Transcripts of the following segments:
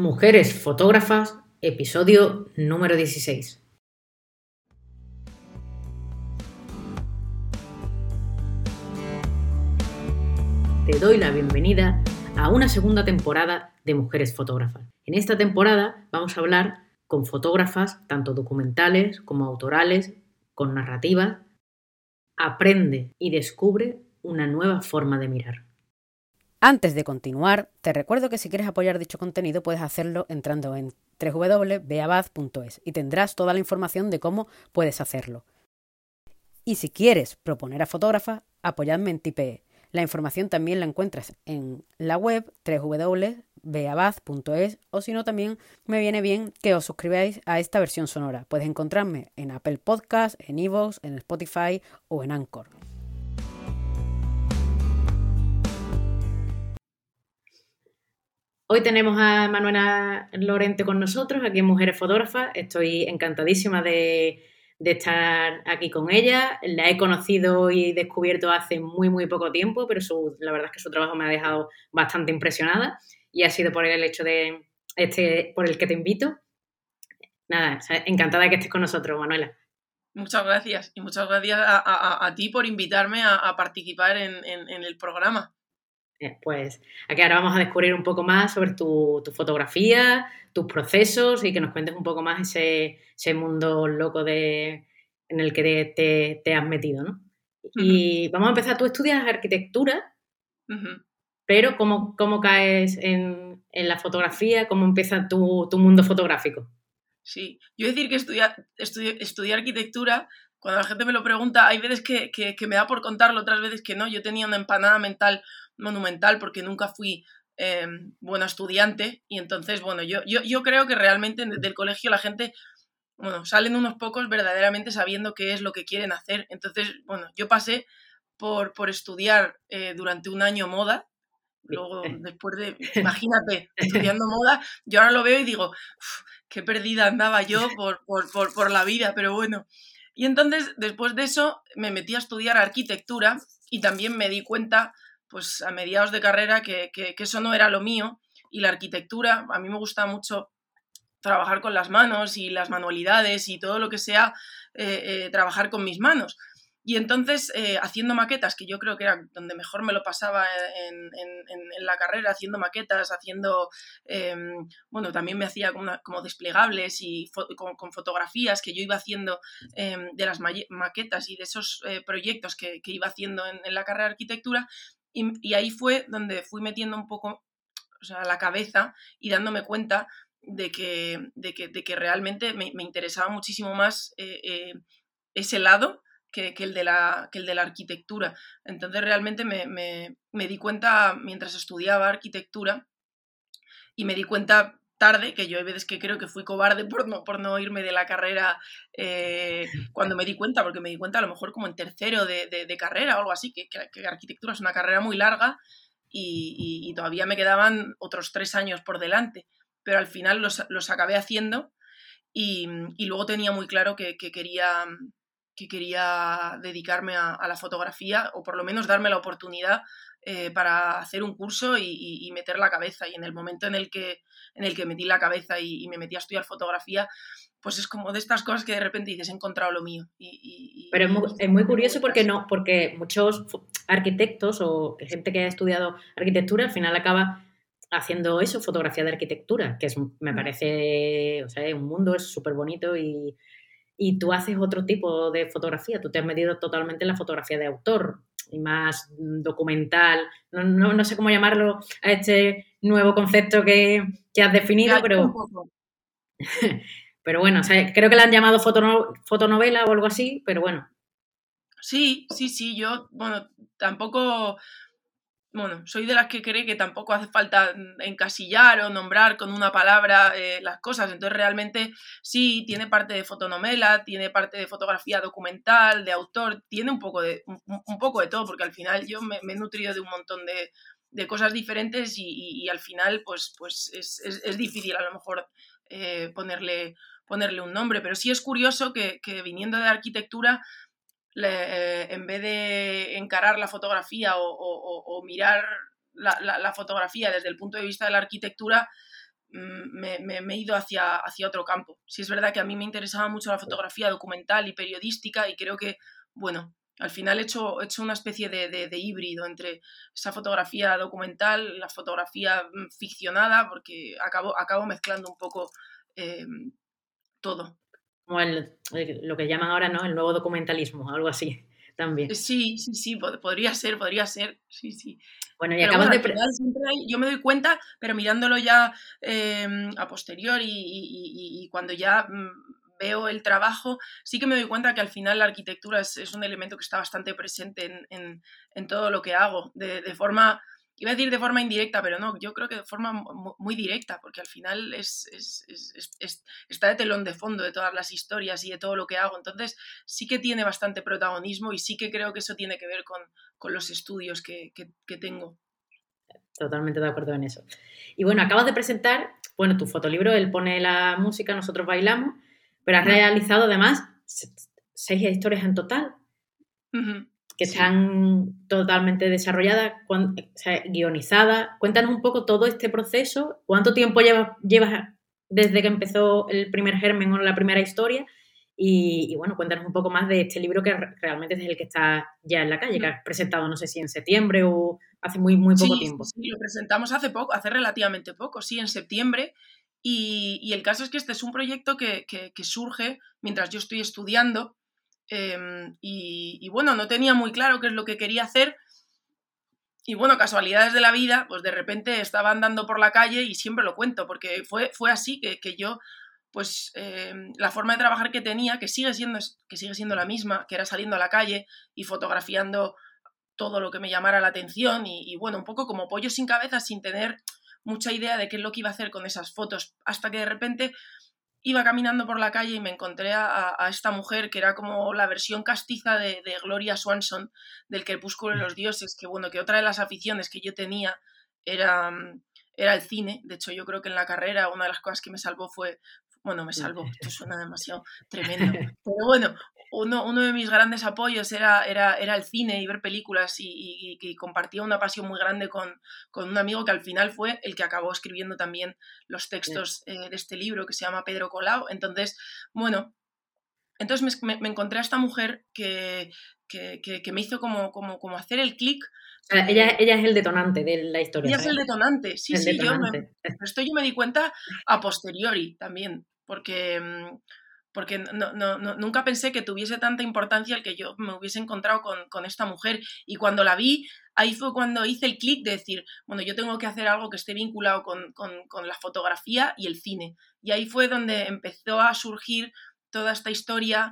Mujeres fotógrafas, episodio número 16. Te doy la bienvenida a una segunda temporada de Mujeres fotógrafas. En esta temporada vamos a hablar con fotógrafas, tanto documentales como autorales, con narrativas. Aprende y descubre una nueva forma de mirar. Antes de continuar, te recuerdo que si quieres apoyar dicho contenido puedes hacerlo entrando en www.beabaz.es y tendrás toda la información de cómo puedes hacerlo. Y si quieres proponer a fotógrafas, apoyadme en Tipeee. La información también la encuentras en la web www.beabaz.es, o si no también me viene bien que os suscribáis a esta versión sonora. Puedes encontrarme en Apple Podcasts, en iVoox, en Spotify o en Anchor. Hoy tenemos a Manuela Lorente con nosotros, aquí en Mujeres Fotógrafas. Estoy encantadísima de estar aquí con ella. La he conocido y descubierto hace muy poco tiempo, pero la verdad es que su trabajo me ha dejado bastante impresionada y ha sido por el hecho por el que te invito. Nada, encantada de que estés con nosotros, Manuela. Muchas gracias, y muchas gracias a ti por invitarme a participar en el programa. Pues aquí ahora vamos a descubrir un poco más sobre tu fotografía, tus procesos y que nos cuentes un poco más ese mundo loco en el que te has metido, ¿no? Y vamos a empezar. Tú estudias arquitectura, pero ¿cómo caes en la fotografía? ¿Cómo empieza tu mundo fotográfico? Sí, yo decir que estudié arquitectura. Cuando la gente me lo pregunta, hay veces que me da por contarlo, otras veces que no. Yo tenía una empanada mental monumental porque nunca fui buena estudiante, y entonces, bueno, yo creo que realmente desde el colegio la gente, bueno, salen unos pocos verdaderamente sabiendo qué es lo que quieren hacer. Entonces, bueno, yo pasé por estudiar durante un año moda. Luego, después de, imagínate, estudiando moda, yo ahora lo veo y digo, qué perdida andaba yo por la vida, pero bueno. Y entonces, después de eso, me metí a estudiar arquitectura y también me di cuenta, pues a mediados de carrera, que eso no era lo mío. Y la arquitectura, a mí me gusta mucho trabajar con las manos y las manualidades y todo lo que sea trabajar con mis manos. Y entonces, haciendo maquetas, que yo creo que era donde mejor me lo pasaba en la carrera, haciendo maquetas, bueno, también me hacía como desplegables y con fotografías que yo iba haciendo de las maquetas y de esos proyectos que iba haciendo en la carrera de arquitectura, y ahí fue donde fui metiendo un poco, o sea, la cabeza y dándome cuenta de que realmente me interesaba muchísimo más ese lado que el de la arquitectura. Entonces realmente me di cuenta mientras estudiaba arquitectura, y me di cuenta tarde, que yo hay veces que creo que fui cobarde por no irme de la carrera cuando me di cuenta, porque me di cuenta a lo mejor como en tercero de carrera o algo así, que arquitectura es una carrera muy larga y todavía me quedaban otros 3 años por delante, pero al final los acabé haciendo, y luego tenía muy claro que quería dedicarme a la fotografía, o por lo menos darme la oportunidad para hacer un curso y meter la cabeza. Y en el momento en el que metí la cabeza y me metí a estudiar fotografía, pues es como de estas cosas que de repente dices, he encontrado lo mío. Pero es muy curioso porque muchos arquitectos o gente que ha estudiado arquitectura al final acaba haciendo eso, fotografía de arquitectura, que me parece, o sea, un mundo, es súper bonito, y tú haces otro tipo de fotografía. Tú te has metido totalmente en la fotografía de autor y más documental. No sé cómo llamarlo a este nuevo concepto que has definido, pero bueno, o sea, creo que le han llamado fotonovela o algo así, pero bueno. Sí, yo, bueno, tampoco... Bueno, soy de las que cree que tampoco hace falta encasillar o nombrar con una palabra las cosas. Entonces realmente sí, tiene parte de fotonovela, tiene parte de fotografía documental, de autor, tiene un poco de todo, porque al final yo me he nutrido de un montón de cosas diferentes, y al final pues es difícil a lo mejor ponerle un nombre. Pero sí es curioso que viniendo de arquitectura, en vez de encarar la fotografía o mirar la fotografía desde el punto de vista de la arquitectura, me he ido hacia otro campo. Sí es verdad que a mí me interesaba mucho la fotografía documental y periodística y creo que, bueno, al final he hecho una especie de híbrido entre esa fotografía documental, la fotografía ficcionada, porque acabo mezclando un poco todo. Como lo que llaman ahora, ¿no? El nuevo documentalismo, algo así también. Sí, podría ser, sí. Bueno, y Pero acabas bueno, de... al final siempre yo me doy cuenta, pero mirándolo ya a posteriori y cuando ya veo el trabajo, sí que me doy cuenta que al final la arquitectura es un elemento que está bastante presente en todo lo que hago, de forma, iba a decir de forma indirecta, pero no, yo creo que de forma muy directa, porque al final está de telón de fondo de todas las historias y de todo lo que hago, entonces sí que tiene bastante protagonismo y sí que creo que eso tiene que ver con los estudios que tengo. Totalmente de acuerdo en eso. Y bueno, acabas de presentar, bueno, tu fotolibro, él pone la música, nosotros bailamos, pero has realizado además 6 historias en total, que Sí. están totalmente desarrolladas, o sea, guionizadas. Cuéntanos un poco todo este proceso, cuánto tiempo llevas desde que empezó el primer germen o la primera historia, y bueno, cuéntanos un poco más de este libro que realmente es el que está ya en la calle, que has presentado, no sé si en septiembre o hace muy poco tiempo. Sí, lo presentamos hace relativamente poco, sí, en septiembre. Y el caso es que este es un proyecto que surge mientras yo estoy estudiando. Y bueno, no tenía muy claro qué es lo que quería hacer. Y bueno, casualidades de la vida, pues de repente estaba andando por la calle y siempre lo cuento, porque fue así que yo, pues la forma de trabajar que tenía, que sigue siendo la misma, que era saliendo a la calle y fotografiando todo lo que me llamara la atención y bueno, un poco como pollo sin cabeza, sin tener mucha idea de qué es lo que iba a hacer con esas fotos, hasta que de repente iba caminando por la calle y me encontré a esta mujer que era como la versión castiza de Gloria Swanson del Crepúsculo de los Dioses, que bueno, que otra de las aficiones que yo tenía era el cine. De hecho, yo creo que en la carrera una de las cosas que me salvó fue, bueno, me salvó, esto suena demasiado tremendo, pero bueno, uno de mis grandes apoyos era el cine y ver películas y compartía una pasión muy grande con un amigo que al final fue el que acabó escribiendo también los textos de este libro, que se llama Pedro Colau. Entonces, bueno, entonces me encontré a esta mujer que me hizo como hacer el clic. O sea, ella es el detonante de la historia, Ella es ¿sabes? el detonante, sí, El detonante. Esto yo me di cuenta a posteriori también, porque nunca pensé que tuviese tanta importancia el que yo me hubiese encontrado con esta mujer. Y cuando la vi, ahí fue cuando hice el clic de decir, bueno, yo tengo que hacer algo que esté vinculado con la fotografía y el cine. Y ahí fue donde empezó a surgir toda esta historia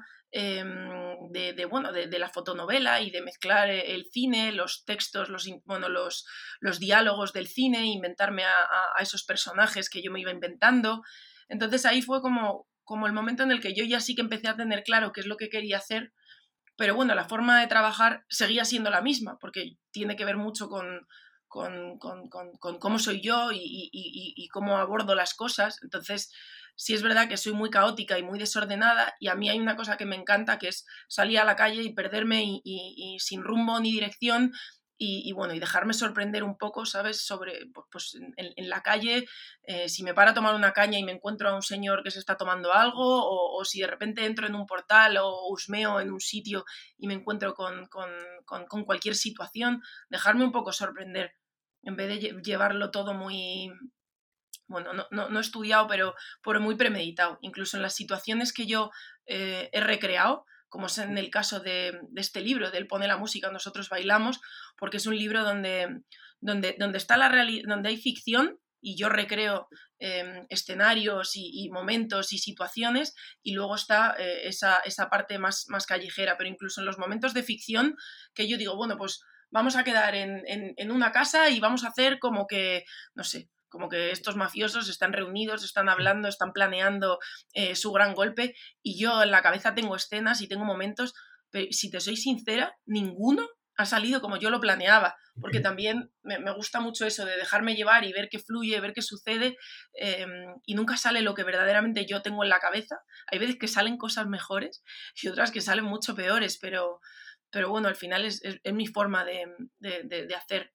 de la fotonovela y de mezclar el cine, los textos, los diálogos del cine, inventarme a esos personajes que yo me iba inventando. Entonces ahí fue como el momento en el que yo ya sí que empecé a tener claro qué es lo que quería hacer, pero bueno, la forma de trabajar seguía siendo la misma, porque tiene que ver mucho con cómo soy yo y cómo abordo las cosas. Entonces, sí es verdad que soy muy caótica y muy desordenada, y a mí hay una cosa que me encanta, que es salir a la calle y perderme y sin rumbo ni dirección. Bueno, y dejarme sorprender un poco, ¿sabes? Sobre, pues en la calle, si me paro a tomar una caña y me encuentro a un señor que se está tomando algo, o si de repente entro en un portal o husmeo en un sitio y me encuentro con cualquier situación, dejarme un poco sorprender, en vez de llevarlo todo muy, bueno, no estudiado, pero muy premeditado. Incluso en las situaciones que yo he recreado, como es en el caso de este libro, de Él pone la música, nosotros bailamos, porque es un libro donde está donde hay ficción y yo recreo escenarios y momentos y situaciones, y luego está esa parte más callejera. Pero incluso en los momentos de ficción, que yo digo, bueno, pues vamos a quedar en una casa y vamos a hacer como que, no sé, como que estos mafiosos están reunidos, están hablando, están planeando su gran golpe, y yo en la cabeza tengo escenas y tengo momentos, pero si te soy sincera, ninguno ha salido como yo lo planeaba, porque también me gusta mucho eso de dejarme llevar y ver qué fluye, ver qué sucede, y nunca sale lo que verdaderamente yo tengo en la cabeza. Hay veces que salen cosas mejores y otras que salen mucho peores, pero bueno, al final es mi forma de hacer.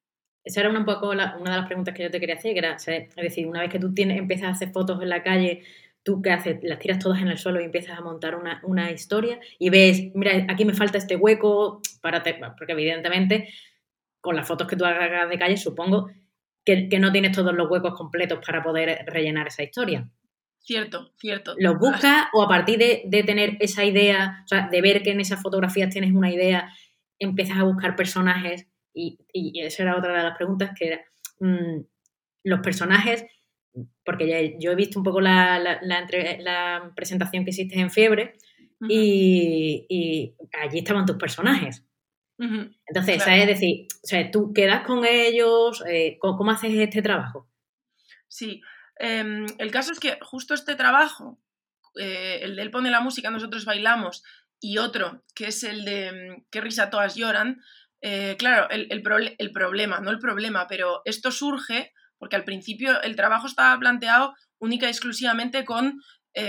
esa era un poco una de las preguntas que yo te quería hacer, que era, o sea, es decir, una vez que tú empiezas a hacer fotos en la calle, ¿tú qué haces? Las tiras todas en el suelo y empiezas a montar una historia y ves, mira, aquí me falta este hueco, porque evidentemente con las fotos que tú hagas de calle supongo que no tienes todos los huecos completos para poder rellenar esa historia. Cierto. ¿Los buscas o a partir de tener esa idea, o sea, de ver que en esas fotografías tienes una idea, empiezas a buscar personajes? Y esa era otra de las preguntas, que era, los personajes, porque yo he visto un poco la presentación que hiciste en Fiebre, Uh-huh. y allí estaban tus personajes. Uh-huh. Entonces, Claro. ¿sabes? Es decir, o sea, ¿tú quedas con ellos? ¿Cómo haces este trabajo? Sí, el caso es que justo este trabajo, el de Él pone la música, nosotros bailamos, y otro, que es el de Qué risa todas lloran, claro, el problema, no el problema, pero esto surge porque al principio el trabajo estaba planteado única y exclusivamente con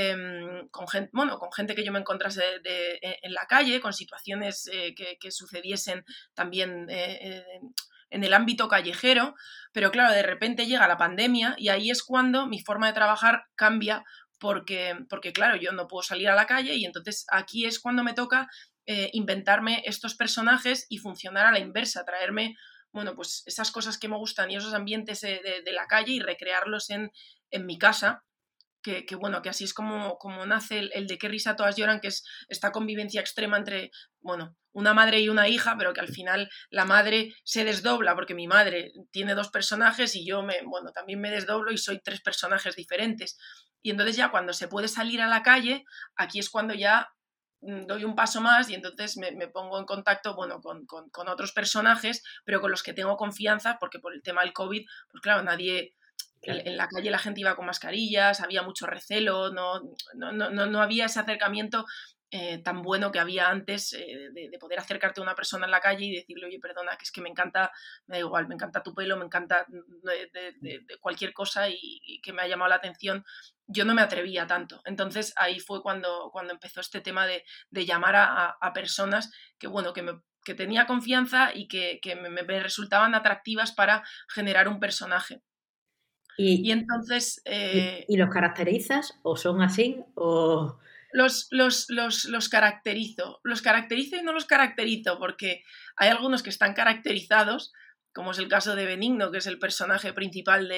gente que yo me encontrase en la calle, con situaciones que sucediesen también en el ámbito callejero, pero claro, de repente llega la pandemia y ahí es cuando mi forma de trabajar cambia porque claro, yo no puedo salir a la calle y entonces aquí es cuando me toca inventarme estos personajes y funcionar a la inversa, traerme, bueno, pues esas cosas que me gustan y esos ambientes de la calle y recrearlos en mi casa. Que bueno, que así es como nace el de Qué risa todas lloran, que es esta convivencia extrema entre, bueno, una madre y una hija, pero que al final la madre se desdobla, porque mi madre tiene 2 personajes y yo también me desdoblo y soy 3 personajes diferentes. Y entonces ya cuando se puede salir a la calle, aquí es cuando ya doy un paso más y entonces me pongo en contacto, bueno, con otros personajes, pero con los que tengo confianza, porque por el tema del COVID, pues claro, nadie... Claro. En la calle la gente iba con mascarillas, había mucho recelo, no había ese acercamiento tan bueno que había antes de poder acercarte a una persona en la calle y decirle, oye, perdona, que es que me encanta, me da igual, me encanta tu pelo, me encanta de cualquier cosa y que me ha llamado la atención. Yo no me atrevía tanto. Entonces ahí fue cuando empezó este tema de llamar a personas que, bueno, que tenía confianza y que me resultaban atractivas para generar un personaje. Y entonces... ¿Y los caracterizas o son así o...? Los caracterizo. Los caracterizo y no los caracterizo porque hay algunos que están caracterizados, como es el caso de Benigno, que es el personaje principal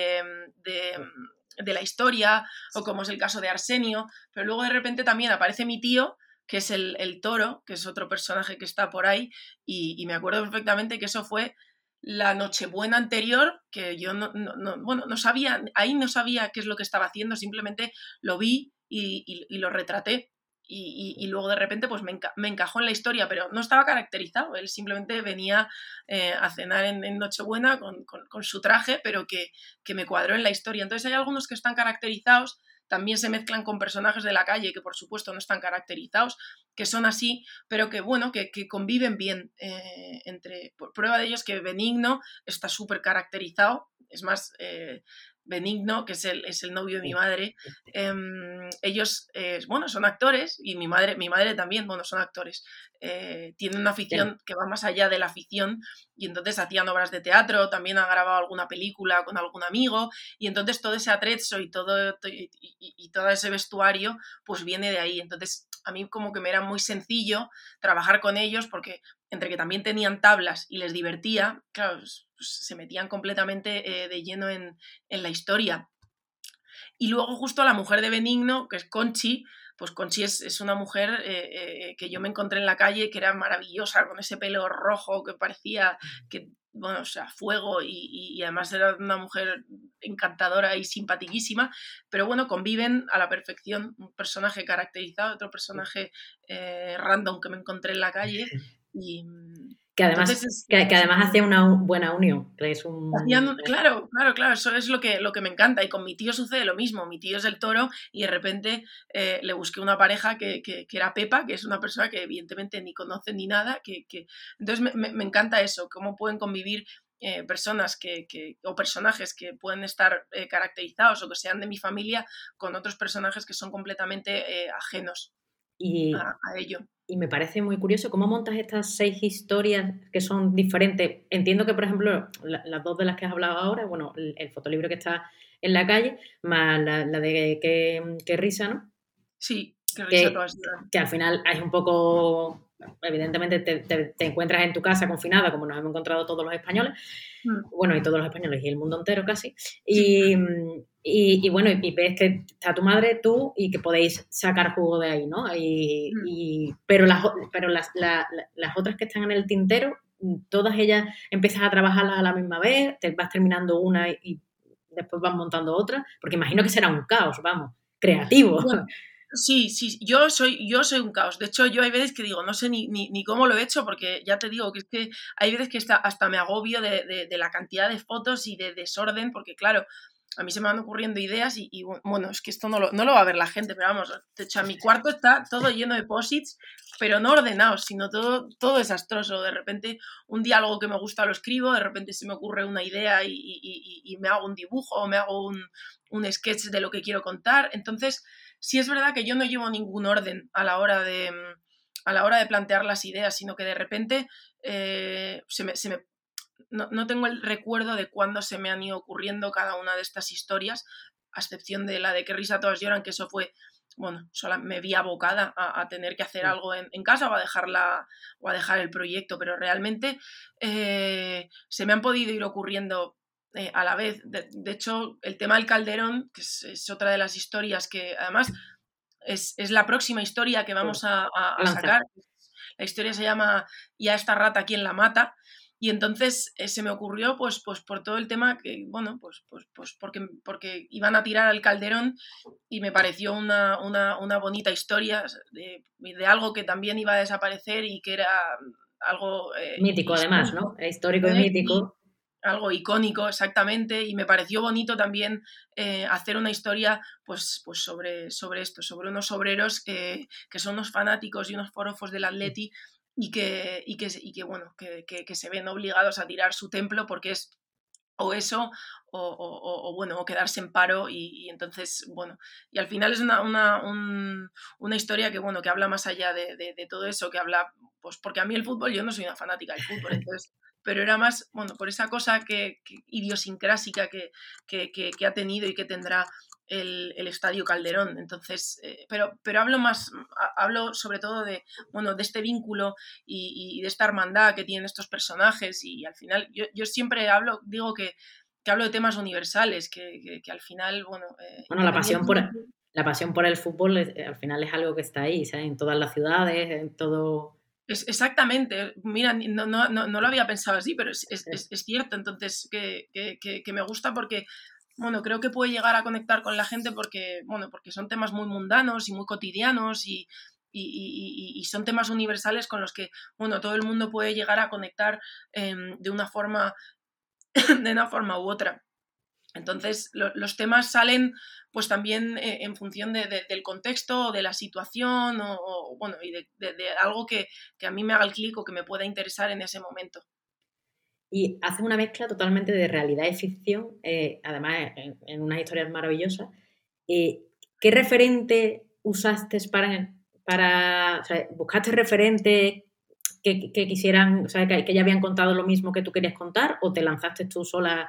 de la historia, o como es el caso de Arsenio, pero luego de repente también aparece mi tío, que es el toro, que es otro personaje que está por ahí, y me acuerdo perfectamente que eso fue la Nochebuena anterior, que yo no sabía, ahí no sabía qué es lo que estaba haciendo, simplemente lo vi y lo retraté. Y luego de repente pues me encajó en la historia, pero no estaba caracterizado, él simplemente venía a cenar en Nochebuena con su traje, pero que me cuadró en la historia. Entonces hay algunos que están caracterizados, también se mezclan con personajes de la calle que por supuesto no están caracterizados, que son así, pero que bueno, que conviven bien por prueba de ello es que Benigno está súper caracterizado, es más, Benigno, que es el novio de mi madre, ellos, bueno, son actores y mi madre también, bueno, son actores, tienen una afición que va más allá de la afición y entonces hacían obras de teatro, también han grabado alguna película con algún amigo y entonces todo ese atrezzo y todo ese vestuario pues viene de ahí. Entonces a mí como que me era muy sencillo trabajar con ellos porque entre que también tenían tablas y les divertía, claro, pues se metían completamente de lleno en la historia. Y luego justo la mujer de Benigno, que es Conchi, pues Conchi es una mujer que yo me encontré en la calle, que era maravillosa, con ese pelo rojo que parecía que, bueno, o sea, fuego y además era una mujer encantadora y simpaticísima, pero bueno, conviven a la perfección un personaje caracterizado, otro personaje random que me encontré en la calle y... Que además, además hacía una buena unión. Claro, eso es lo que me encanta. Y con mi tío sucede lo mismo. Mi tío es el toro y de repente le busqué una pareja que era Pepa, que es una persona que evidentemente ni conoce ni nada. Entonces me encanta eso, cómo pueden convivir personas o personajes que pueden estar caracterizados o que sean de mi familia con otros personajes que son completamente ajenos a ello. y me parece muy curioso cómo montas estas 6 historias que son diferentes. Entiendo que, por ejemplo, las 2 de las que has hablado ahora, bueno, el fotolibro que está en la calle, más la de qué risa, ¿no? Sí, qué risa Que, todas lloran. que al final es un poco... Evidentemente te encuentras en tu casa confinada, como nos hemos encontrado todos los españoles, bueno, y todos los españoles y el mundo entero casi, Sí. y bueno, y ves que está tu madre, tú, y que podéis sacar jugo de ahí, ¿no? Pero las otras que están en el tintero, todas ellas empiezas a trabajarlas a la misma vez, te vas terminando una y después vas montando otra, porque imagino que será un caos, vamos, creativo. Bueno, sí, yo soy un caos. De hecho, yo hay veces que digo, no sé ni cómo lo he hecho, porque ya te digo que es que hay veces que hasta me agobio de la cantidad de fotos y de desorden, porque claro, a mí se me van ocurriendo ideas y bueno, es que esto no lo va a ver la gente, pero vamos, de hecho, mi cuarto está todo lleno de posits, pero no ordenados, sino todo desastroso. De repente, un día algo que me gusta lo escribo, de repente se me ocurre una idea y me hago un dibujo o me hago un sketch de lo que quiero contar. Entonces, sí es verdad que yo no llevo ningún orden a la hora de plantear las ideas, sino que de repente no tengo el recuerdo de cuándo se me han ido ocurriendo cada una de estas historias, a excepción de la de Qué risa todas lloran, que eso fue, bueno, sola me vi abocada a tener que hacer algo en casa o a dejar el proyecto, pero realmente se me han podido ir ocurriendo a la vez. De hecho, el tema del Calderón, que es otra de las historias que además es la próxima historia que vamos a sacar. La historia se llama ¿Y a esta rata quién la mata? Y entonces se me ocurrió pues por todo el tema que, bueno, pues porque iban a tirar al Calderón y me pareció una bonita historia de algo que también iba a desaparecer y que era algo Mítico, además, histórico. ¿no? Histórico y mítico. Algo icónico, exactamente, y me pareció bonito también hacer una historia pues sobre esto, sobre unos obreros que son unos fanáticos y unos forofos del Atleti bueno, que se ven obligados a tirar su templo porque es o eso bueno, o quedarse en paro y entonces, bueno, y al final es una historia que, bueno, que habla más allá de todo eso, que habla, pues porque a mí el fútbol, yo no soy una fanática del fútbol, entonces, pero era más, bueno, por esa cosa que idiosincrásica que ha tenido y que tendrá el Estadio Calderón, entonces, pero hablo sobre todo de, bueno, de este vínculo y de esta hermandad que tienen estos personajes y al final yo siempre digo que hablo de temas universales, que al final, bueno... Bueno, la pasión por el fútbol al final es algo que está ahí, ¿sabes? En todas las ciudades, en todo... Exactamente, mira, no lo había pensado así, pero es cierto, entonces que me gusta porque, bueno, creo que puede llegar a conectar con la gente porque, bueno, porque son temas muy mundanos y muy cotidianos y son temas universales con los que, bueno, todo el mundo puede llegar a conectar de una forma u otra. Entonces, los temas salen pues también en función del contexto o de la situación bueno, y de algo que a mí me haga el clic o que me pueda interesar en ese momento. Y hace una mezcla totalmente de realidad y ficción, además en unas historias maravillosas. ¿Qué referente usaste o sea, buscaste referentes que quisieran, o sea, que ya habían contado lo mismo que tú querías contar, o te lanzaste tú sola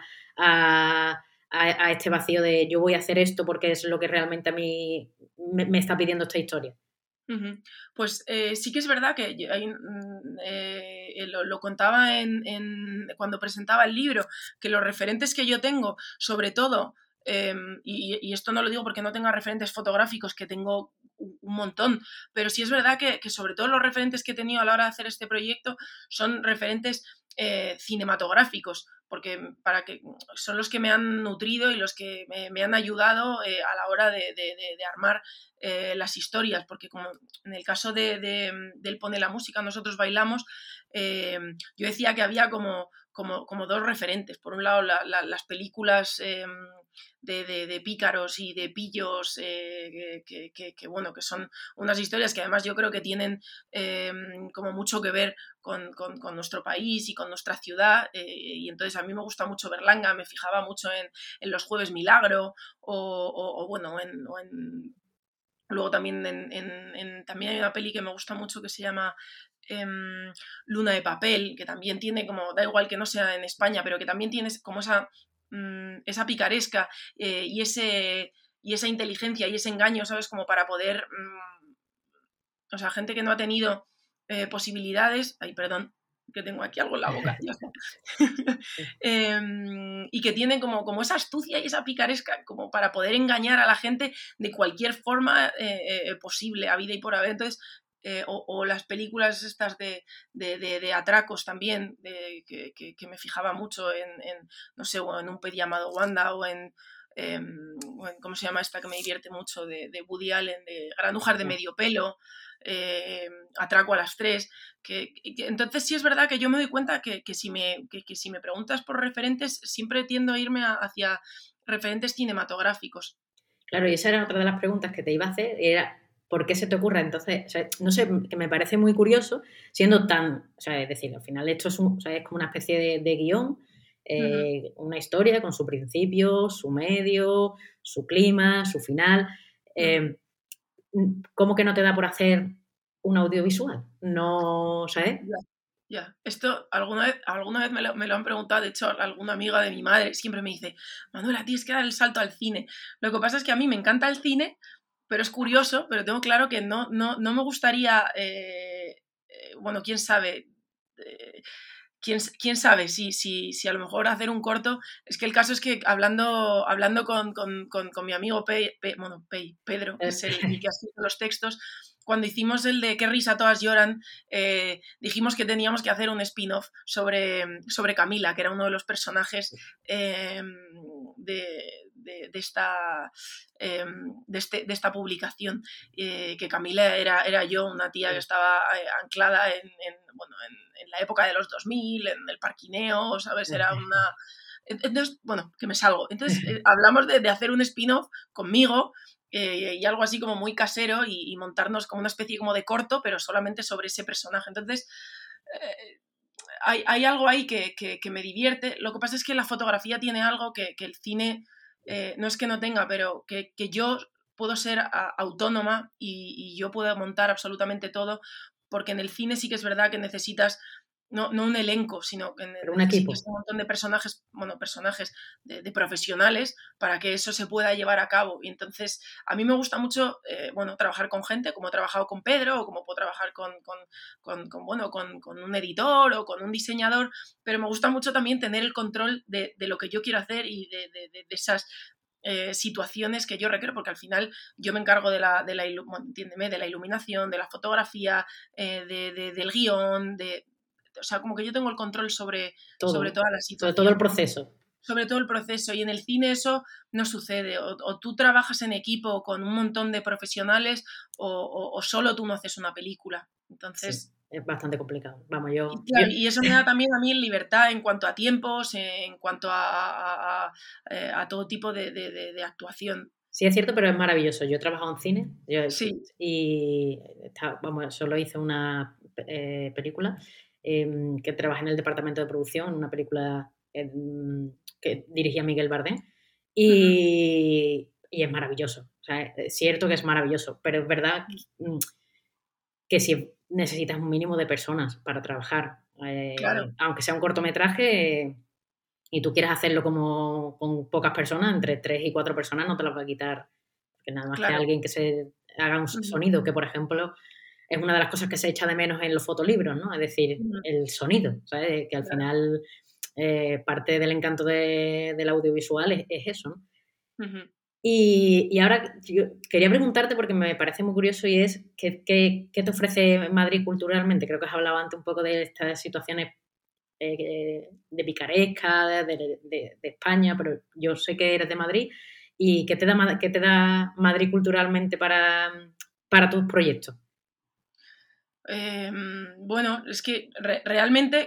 a este vacío de yo voy a hacer esto porque es lo que realmente a mí me está pidiendo esta historia? Pues sí que es verdad que lo contaba cuando presentaba el libro, que los referentes que yo tengo, sobre todo, y esto no lo digo porque no tenga referentes fotográficos, que tengo un montón, pero sí es verdad que sobre todo los referentes que he tenido a la hora de hacer este proyecto son referentes cinematográficos, porque son los que me han nutrido y los que me han ayudado a la hora de armar las historias, porque como en el caso del Pone la música, nosotros bailamos, yo decía que había como dos referentes. Por un lado, las películas de pícaros y de pillos, bueno, que son unas historias que además yo creo que tienen como mucho que ver con nuestro país y con nuestra ciudad, y entonces a mí me gusta mucho Berlanga, me fijaba mucho en los Jueves Milagro o bueno, Luego también, también hay una peli que me gusta mucho que se llama Luna de papel, que también tiene como, da igual que no sea en España, pero que también tiene como esa picaresca y esa inteligencia y ese engaño, ¿sabes? Como para poder, o sea, gente que no ha tenido posibilidades, ay, perdón, que tengo aquí algo en la boca, ya está. Y que tienen como esa astucia y esa picaresca como para poder engañar a la gente de cualquier forma posible, a vida y por haber. Entonces, o las películas estas de atracos también, que me fijaba mucho no sé, o en Un pez llamado Wanda, ¿cómo se llama esta que me divierte mucho? De Woody Allen, de Granujas de medio pelo, Atraco a las 3. Entonces sí es verdad que yo me doy cuenta que si me preguntas por referentes, siempre tiendo a irme hacia referentes cinematográficos. Claro, y esa era otra de las preguntas que te iba a hacer, era ¿por qué se te ocurre? Entonces, o sea, no sé, que me parece muy curioso, siendo tan, o sea, es decir, al final esto es, o sea, es como una especie de guión, una historia con su principio, su medio, su clima, su final. ¿Cómo que no te da por hacer un audiovisual? No, ¿sabes? Ya. Esto alguna vez me lo han preguntado, de hecho, alguna amiga de mi madre siempre me dice, Manuela, tienes que dar el salto al cine. Lo que pasa es que a mí me encanta el cine, pero es curioso, pero tengo claro que no me gustaría, bueno, quién sabe, quién sabe si a lo mejor hacer un corto. Es que el caso es que hablando con mi amigo Pedro, que es el que ha escrito los textos, cuando hicimos el de Qué risa, todas lloran, dijimos que teníamos que hacer un spin-off sobre Camila, que era uno de los personajes de esta publicación, que Camila era yo, una tía que estaba anclada en la época de los 2000, en el parquineo, ¿sabes? Era una... Entonces, bueno, que me salgo. Entonces, hablamos de hacer un spin-off conmigo y algo así como muy casero y montarnos como una especie como de corto, pero solamente sobre ese personaje. Entonces, hay algo ahí que me divierte. Lo que pasa es que la fotografía tiene algo que el cine no es que no tenga, pero que yo puedo ser autónoma y yo puedo montar absolutamente todo, porque en el cine sí que es verdad que necesitas no un elenco, sino que Pero un equipo. necesitas un montón de personajes de profesionales para que eso se pueda llevar a cabo. Y entonces a mí me gusta mucho trabajar con gente, como he trabajado con Pedro, o como puedo trabajar con un editor o con un diseñador, pero me gusta mucho también tener el control de lo que yo quiero hacer y de esas situaciones que yo requiero, porque al final yo me encargo de la iluminación, de la fotografía, del guión, o sea, como que yo tengo el control sobre toda la situación. Sobre todo el proceso. Sobre todo el proceso. Y en el cine eso no sucede. O tú trabajas en equipo con un montón de profesionales o solo tú no haces una película. Entonces... Sí, es bastante complicado. Vamos, y eso me da también a mí libertad en cuanto a tiempos, en cuanto a todo tipo de actuación. Sí, es cierto, pero es maravilloso. Yo he trabajado en cine Sí. y solo hice una película que trabajé en el departamento de producción, una película que dirigía Miguel Bardem y es maravilloso. O sea, es cierto que es maravilloso, pero es verdad que si necesitas un mínimo de personas para trabajar, Claro. aunque sea un cortometraje y tú quieras hacerlo como con pocas personas, entre 3 y 4 personas no te las va a quitar, porque nada más que alguien que se haga un sonido, que por ejemplo es una de las cosas que se echa de menos en los fotolibros, ¿no? Es decir, el sonido, ¿sabes? Que al final parte del encanto del audiovisual es eso, ¿no? Y ahora yo quería preguntarte, porque me parece muy curioso, y es ¿qué te ofrece Madrid culturalmente? Creo que has hablado antes un poco de estas situaciones de picaresca, de España, pero yo sé que eres de Madrid. ¿Y qué te da Madrid culturalmente para tus proyectos? Bueno, es que realmente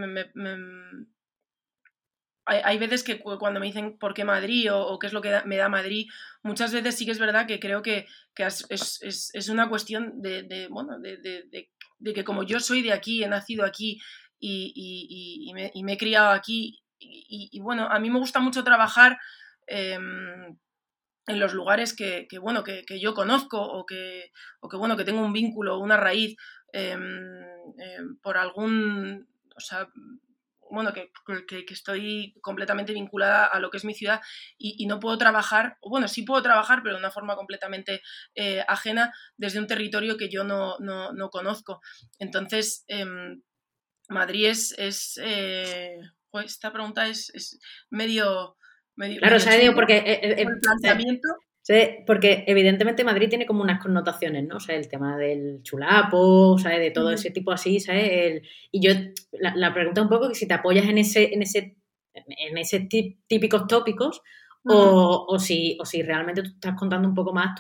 hay veces que cuando me dicen por qué Madrid o qué es lo que me da Madrid, muchas veces sí que es verdad que creo que es una cuestión de que como yo soy de aquí, he nacido aquí y me he criado aquí y bueno, a mí me gusta mucho trabajar en los lugares bueno, que yo conozco bueno, que tengo un vínculo, una raíz por algún, o sea, bueno, que estoy completamente vinculada a lo que es mi ciudad y no puedo trabajar, o bueno, sí puedo trabajar, pero de una forma completamente ajena desde un territorio que yo no conozco. Entonces, Madrid pues esta pregunta es medio Claro, ¿sabes? Digo, chunga porque, el planteamiento. porque evidentemente Madrid tiene como unas connotaciones, ¿no? O sea, el tema del chulapo, ¿sabes? De todo ese tipo así, ¿sabes? Y yo, la pregunta un poco que si te apoyas en ese típicos tópicos o si realmente tú estás contando un poco más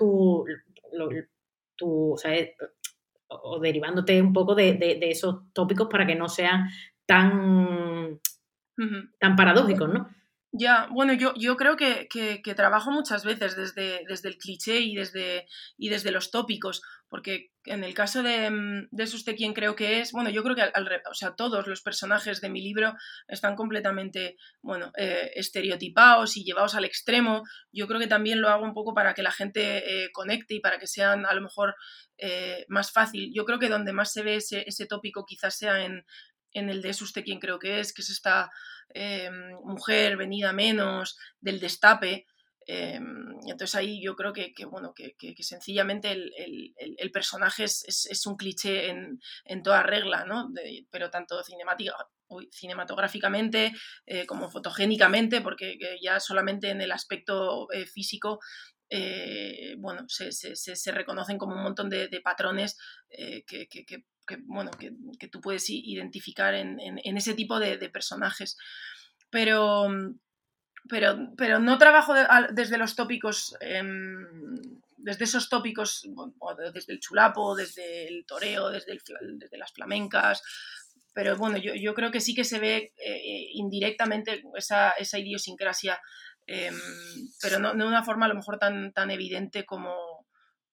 ¿sabes? O derivándote un poco de esos tópicos para que no sean tan paradójicos, ¿no? Ya, bueno, yo creo que trabajo muchas veces desde el cliché y desde los tópicos, porque en el caso de Es usted quien creo que es, bueno, yo creo que o sea, todos los personajes de mi libro están completamente, bueno, estereotipados y llevados al extremo. Yo creo que también lo hago un poco para que la gente conecte y para que sean a lo mejor más fácil. Yo creo que donde más se ve ese tópico quizás sea en el de Es usted quien creo que es esta mujer venida menos del destape. Entonces ahí yo creo bueno, que sencillamente el personaje es un cliché en toda regla, ¿no? Pero tanto cinematográficamente como fotogénicamente, porque ya solamente en el aspecto físico bueno, se reconocen como un montón de patrones bueno, que tú puedes identificar en ese tipo de personajes. Pero no trabajo desde los tópicos, desde esos tópicos, desde el chulapo, desde el toreo, desde las flamencas, pero bueno, yo creo que sí que se ve indirectamente esa idiosincrasia, pero no de una forma a lo mejor tan evidente como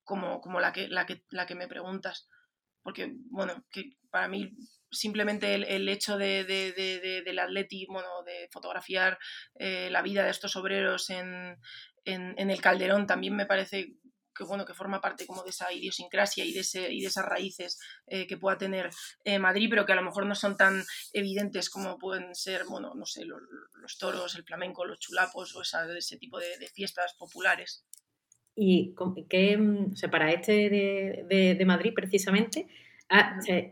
la que me preguntas. Porque, bueno, que para mí simplemente el hecho del atleti, bueno, de fotografiar la vida de estos obreros en el Calderón también me parece que, bueno, que forma parte como de esa idiosincrasia y de esas raíces que pueda tener Madrid, pero que a lo mejor no son tan evidentes como pueden ser, bueno, no sé, los toros, el flamenco, los chulapos o ese tipo de fiestas populares. Y que, o sea, para de Madrid precisamente, o sea,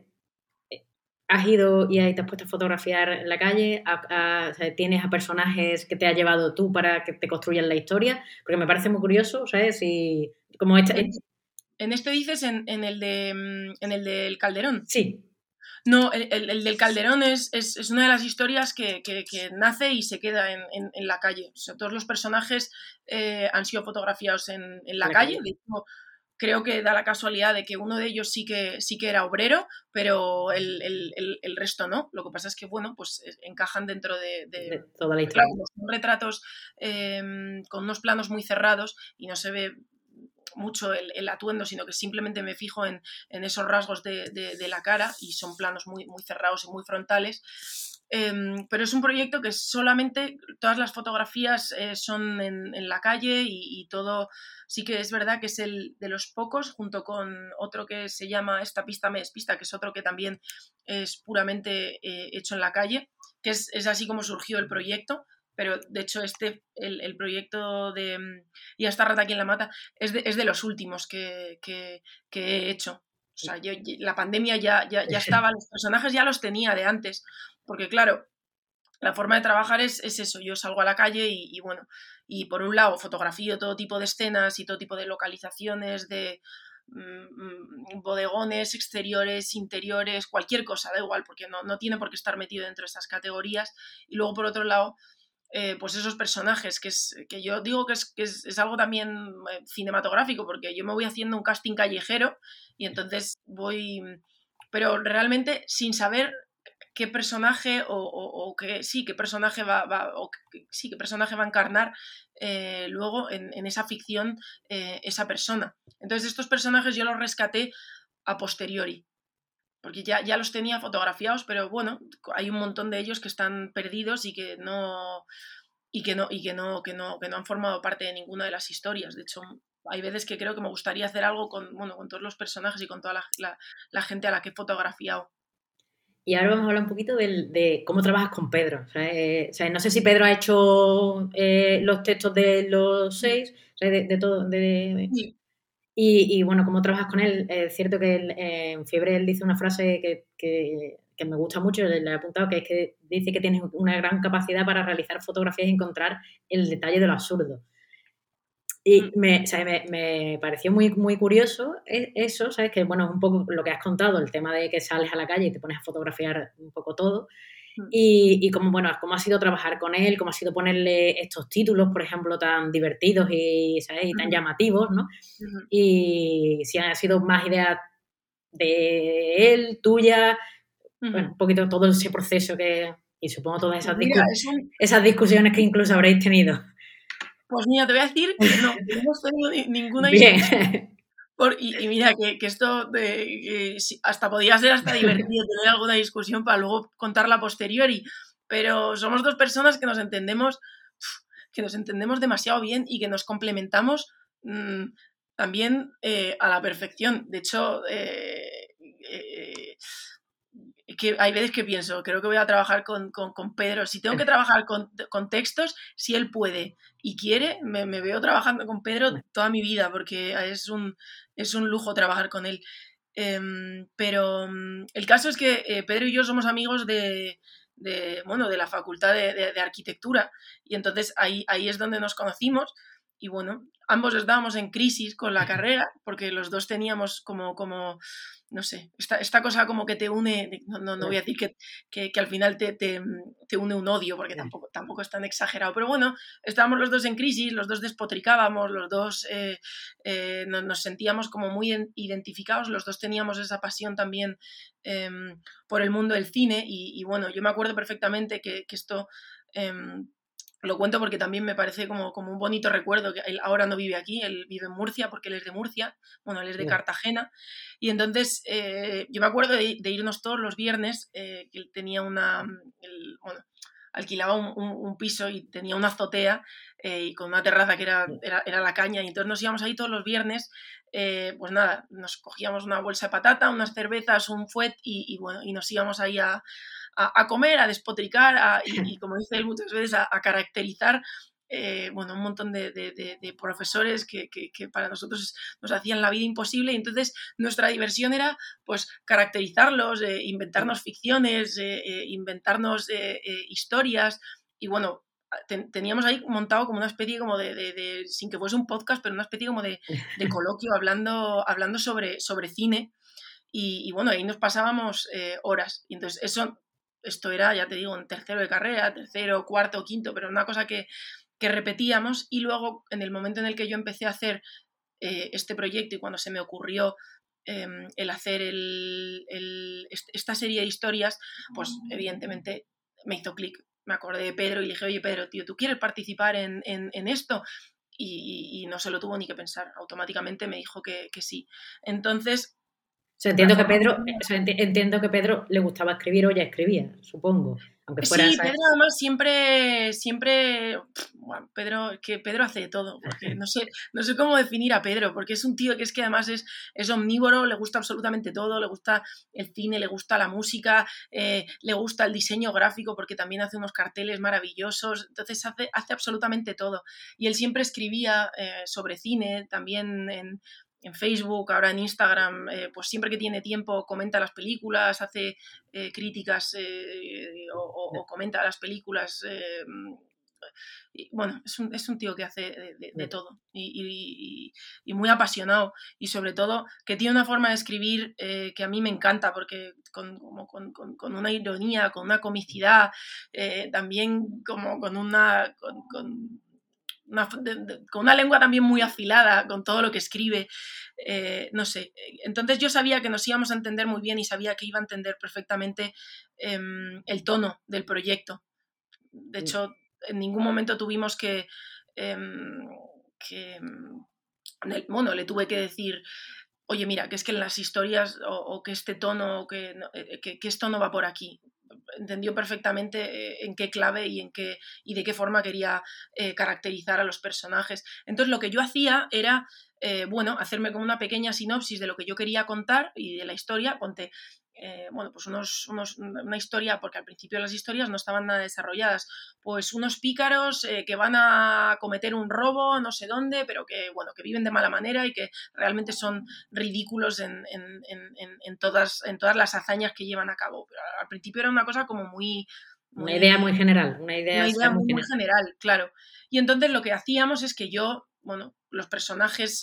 has ido y te has puesto a fotografiar en la calle, o sea, tienes a personajes que te has llevado tú para que te construyan la historia, porque me parece muy curioso, ¿sabes? Y como ¿En este dices en el del Calderón? Sí. No, el del Calderón es una de las historias que nace y se queda en la calle. O sea, todos los personajes han sido fotografiados en la calle. De hecho, creo que da la casualidad de que uno de ellos sí que era obrero, pero el resto no. Lo que pasa es que, bueno, pues encajan dentro de toda la historia. Claro, son retratos con unos planos muy cerrados y no se ve mucho el atuendo, sino que simplemente me fijo en esos rasgos de la cara y son planos muy, muy cerrados y muy frontales. Pero es un proyecto que solamente todas las fotografías son en la calle y todo sí que es verdad que es el de los pocos, junto con otro que se llama Esta pista me despista, que es otro que también es puramente hecho en la calle, que es así como surgió el proyecto. Pero de hecho el proyecto de Y a esta rata quien la mata es de los últimos que he hecho. O sea, la pandemia ya estaba, los personajes ya los tenía de antes, porque claro, la forma de trabajar es eso, yo salgo a la calle y bueno, y por un lado fotografío todo tipo de escenas y todo tipo de localizaciones, de bodegones, exteriores, interiores, cualquier cosa, da igual, porque no tiene por qué estar metido dentro de esas categorías. Y luego por otro lado pues esos personajes, que yo digo que es algo también cinematográfico, porque yo me voy haciendo un casting callejero y entonces voy, pero realmente sin saber qué personaje qué personaje qué personaje va a encarnar luego en esa ficción esa persona. Entonces estos personajes yo los rescaté a posteriori, porque ya los tenía fotografiados, pero bueno, hay un montón de ellos que están perdidos y que no y que no han formado parte de ninguna de las historias. De hecho, hay veces que creo que me gustaría hacer algo con todos los personajes y con toda la gente a la que he fotografiado. Y ahora vamos a hablar un poquito de cómo trabajas con Pedro. O sea, no sé si Pedro ha hecho los textos de los 6, o sea, de todo. Sí. Y bueno, cómo trabajas con él. Es cierto que en Fiebre él dice una frase que me gusta mucho, le he apuntado, que es que dice que tienes una gran capacidad para realizar fotografías y encontrar el detalle de lo absurdo. Y me pareció muy, muy curioso eso, ¿sabes? Que, bueno, es un poco lo que has contado, el tema de que sales a la calle y te pones a fotografiar un poco todo. Y cómo, bueno, cómo ha sido trabajar con él, cómo ha sido ponerle estos títulos, por ejemplo, tan divertidos y, ¿sabes? Y tan llamativos, ¿no? Y si ha sido más idea de él, tuya, bueno, un poquito todo ese proceso y supongo todas esas discusiones que incluso habréis tenido. Pues mira, te voy a decir que no hemos tenido ninguna Bien. discusión. Y mira, que esto hasta podría ser hasta divertido tener alguna discusión para luego contarla a posteriori, pero somos dos personas que nos entendemos demasiado bien y que nos complementamos también a la perfección. De hecho, que hay veces que pienso, creo que voy a trabajar con Pedro. Si tengo que trabajar con textos, si él puede y quiere, me veo trabajando con Pedro toda mi vida, porque es un lujo trabajar con él. Pero el caso es que Pedro y yo somos amigos de la facultad de arquitectura, y entonces ahí es donde nos conocimos. Y bueno, ambos estábamos en crisis con la carrera, porque los dos teníamos como no sé, esta cosa como que te une, no voy a decir que al final te une un odio, porque tampoco es tan exagerado, pero bueno, estábamos los dos en crisis, los dos despotricábamos, los dos nos sentíamos como muy identificados, los dos teníamos esa pasión también por el mundo del cine, y bueno, yo me acuerdo perfectamente que esto... lo cuento porque también me parece como un bonito recuerdo, que él ahora no vive aquí, él vive en Murcia, porque él es de Murcia, bueno, él es de Cartagena, y entonces yo me acuerdo de irnos todos los viernes, que él tenía alquilaba un piso y tenía una azotea y con una terraza que era la caña, y entonces nos íbamos ahí todos los viernes, pues nada, nos cogíamos una bolsa de patata, unas cervezas, un fuet y nos íbamos ahí a comer, a despotricar, y como dice él muchas veces, a caracterizar un montón de profesores que para nosotros nos hacían la vida imposible, y entonces nuestra diversión era pues caracterizarlos, inventarnos ficciones, inventarnos historias, y bueno, teníamos ahí montado como una especie como sin que fuese un podcast, pero una especie como de coloquio hablando sobre cine, y bueno, ahí nos pasábamos horas, y entonces esto era, ya te digo, en tercero de carrera, tercero, cuarto, quinto, pero una cosa que repetíamos. Y luego, en el momento en el que yo empecé a hacer este proyecto, y cuando se me ocurrió el hacer esta serie de historias, pues evidentemente me hizo clic. Me acordé de Pedro y le dije, oye Pedro, tío, ¿tú quieres participar en esto? Y no se lo tuvo ni que pensar, automáticamente me dijo que sí. Entonces... O sea, entiendo que Pedro le gustaba escribir o ya escribía, supongo. Aunque fuera sí, Pedro además siempre bueno, Pedro hace de todo, porque no sé cómo definir a Pedro, porque es un tío que además es omnívoro, le gusta absolutamente todo, le gusta el cine, le gusta la música, le gusta el diseño gráfico, porque también hace unos carteles maravillosos, entonces hace absolutamente todo. Y él siempre escribía sobre cine, también en Facebook, ahora en Instagram, pues siempre que tiene tiempo comenta las películas, hace críticas o comenta las películas. Y bueno, es un tío que hace de todo y muy apasionado, y sobre todo que tiene una forma de escribir que a mí me encanta, porque con una ironía, con una comicidad, también como con una... con una lengua también muy afilada, con todo lo que escribe, no sé. Entonces yo sabía que nos íbamos a entender muy bien, y sabía que iba a entender perfectamente el tono del proyecto. De hecho, en ningún momento tuvimos le tuve que decir, oye, mira, que es que en las historias, o que este tono, que esto no va por aquí. entendió perfectamente en qué clave y de qué forma quería caracterizar a los personajes. Entonces lo que yo hacía era, hacerme como una pequeña sinopsis de lo que yo quería contar y de la historia, pues una historia, porque al principio las historias no estaban nada desarrolladas, pues unos pícaros que van a cometer un robo no sé dónde, pero que viven de mala manera y que realmente son ridículos en todas las hazañas que llevan a cabo. Pero al principio era una cosa como una idea muy general, una idea muy, muy general, claro. Y entonces lo que hacíamos es que los personajes,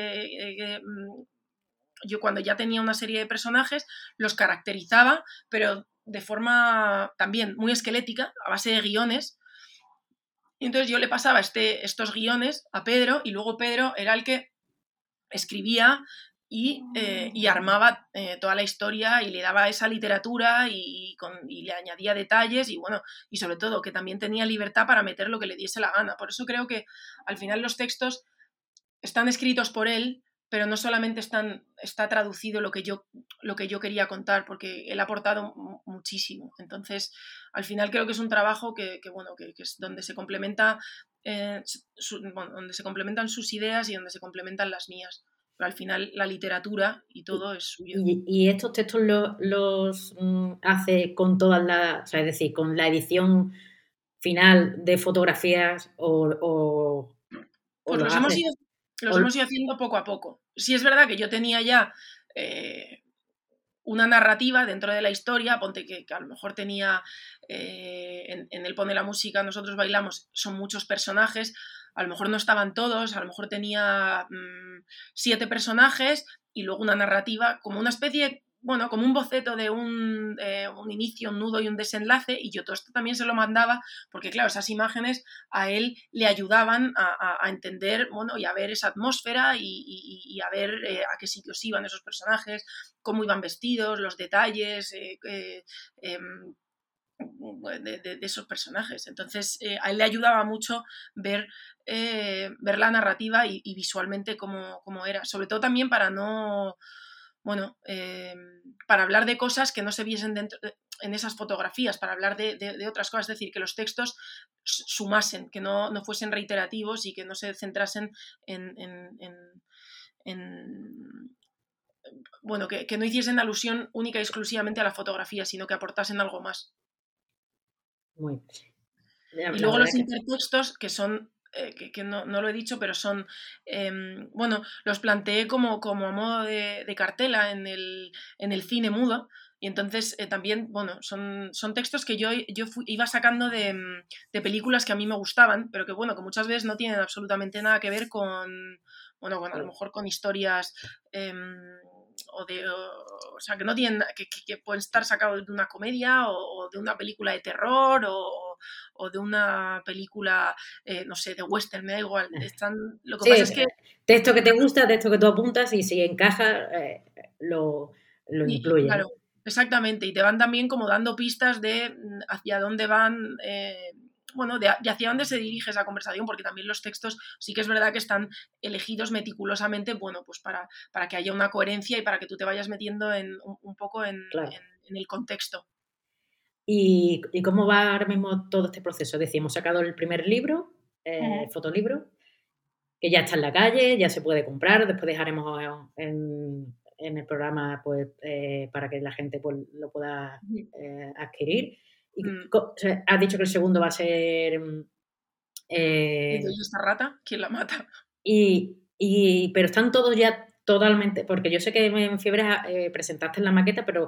yo cuando ya tenía una serie de personajes, los caracterizaba, pero de forma también muy esquelética, a base de guiones. Y entonces yo le pasaba estos guiones a Pedro, y luego Pedro era el que escribía y armaba toda la historia y le daba esa literatura y le añadía detalles y sobre todo que también tenía libertad para meter lo que le diese la gana. Por eso creo que al final los textos están escritos por él, pero no solamente está traducido lo que yo quería contar, porque él ha aportado muchísimo. Entonces, al final creo que es un trabajo que es donde se complementa, donde se complementan sus ideas y donde se complementan las mías. Pero al final la literatura y todo es suyo. ¿Y estos textos los hace con todas las, o sea, es decir, con la edición final de fotografías o pues los hace? Hemos ido haciendo poco a poco. Sí es verdad que yo tenía ya una narrativa dentro de la historia, ponte que a lo mejor tenía, en Él pone la música, nosotros bailamos, son muchos personajes, a lo mejor no estaban todos, a lo mejor tenía 7 personajes y luego una narrativa, como una especie, como un boceto de un inicio, un nudo y un desenlace, y yo todo esto también se lo mandaba, porque claro, esas imágenes a él le ayudaban a entender, y a ver esa atmósfera y a ver a qué sitios iban esos personajes, cómo iban vestidos, los detalles de esos personajes. Entonces, a él le ayudaba mucho ver la narrativa y visualmente cómo era. Sobre todo también para no... para hablar de cosas que no se viesen en esas fotografías, para hablar de otras cosas, es decir, que los textos sumasen, que no fuesen reiterativos y que no se centrasen que no hiciesen alusión única y exclusivamente a la fotografía, sino que aportasen algo más. Muy y luego los intertextos, que son, que no lo he dicho, pero son, los planteé como a modo de cartela en el cine mudo, y entonces también, son textos que yo iba sacando de películas que a mí me gustaban, pero que muchas veces no tienen absolutamente nada que ver con a lo mejor con historias o sea, que no tienen, que pueden estar sacados de una comedia o de una película de terror o de una película, no sé, de western, me da igual. Lo que pasa es que... Texto que te gusta, texto que tú apuntas y si encaja, lo incluye. Claro, exactamente. Y te van también como dando pistas de hacia dónde van... de hacia dónde se dirige esa conversación, porque también los textos sí que es verdad que están elegidos meticulosamente, pues para que haya una coherencia y para que tú te vayas metiendo un poco en el contexto. ¿Y cómo va ahora mismo todo este proceso? Es decir, hemos sacado el primer libro, fotolibro, que ya está en la calle, ya se puede comprar, después dejaremos en el programa pues para que la gente pues lo pueda adquirir. Y, o sea, has dicho que el segundo va a ser... ¿Y esta rata? ¿Quién la mata? Pero están todos ya totalmente... Porque yo sé que en Fiebre presentaste en la maqueta, pero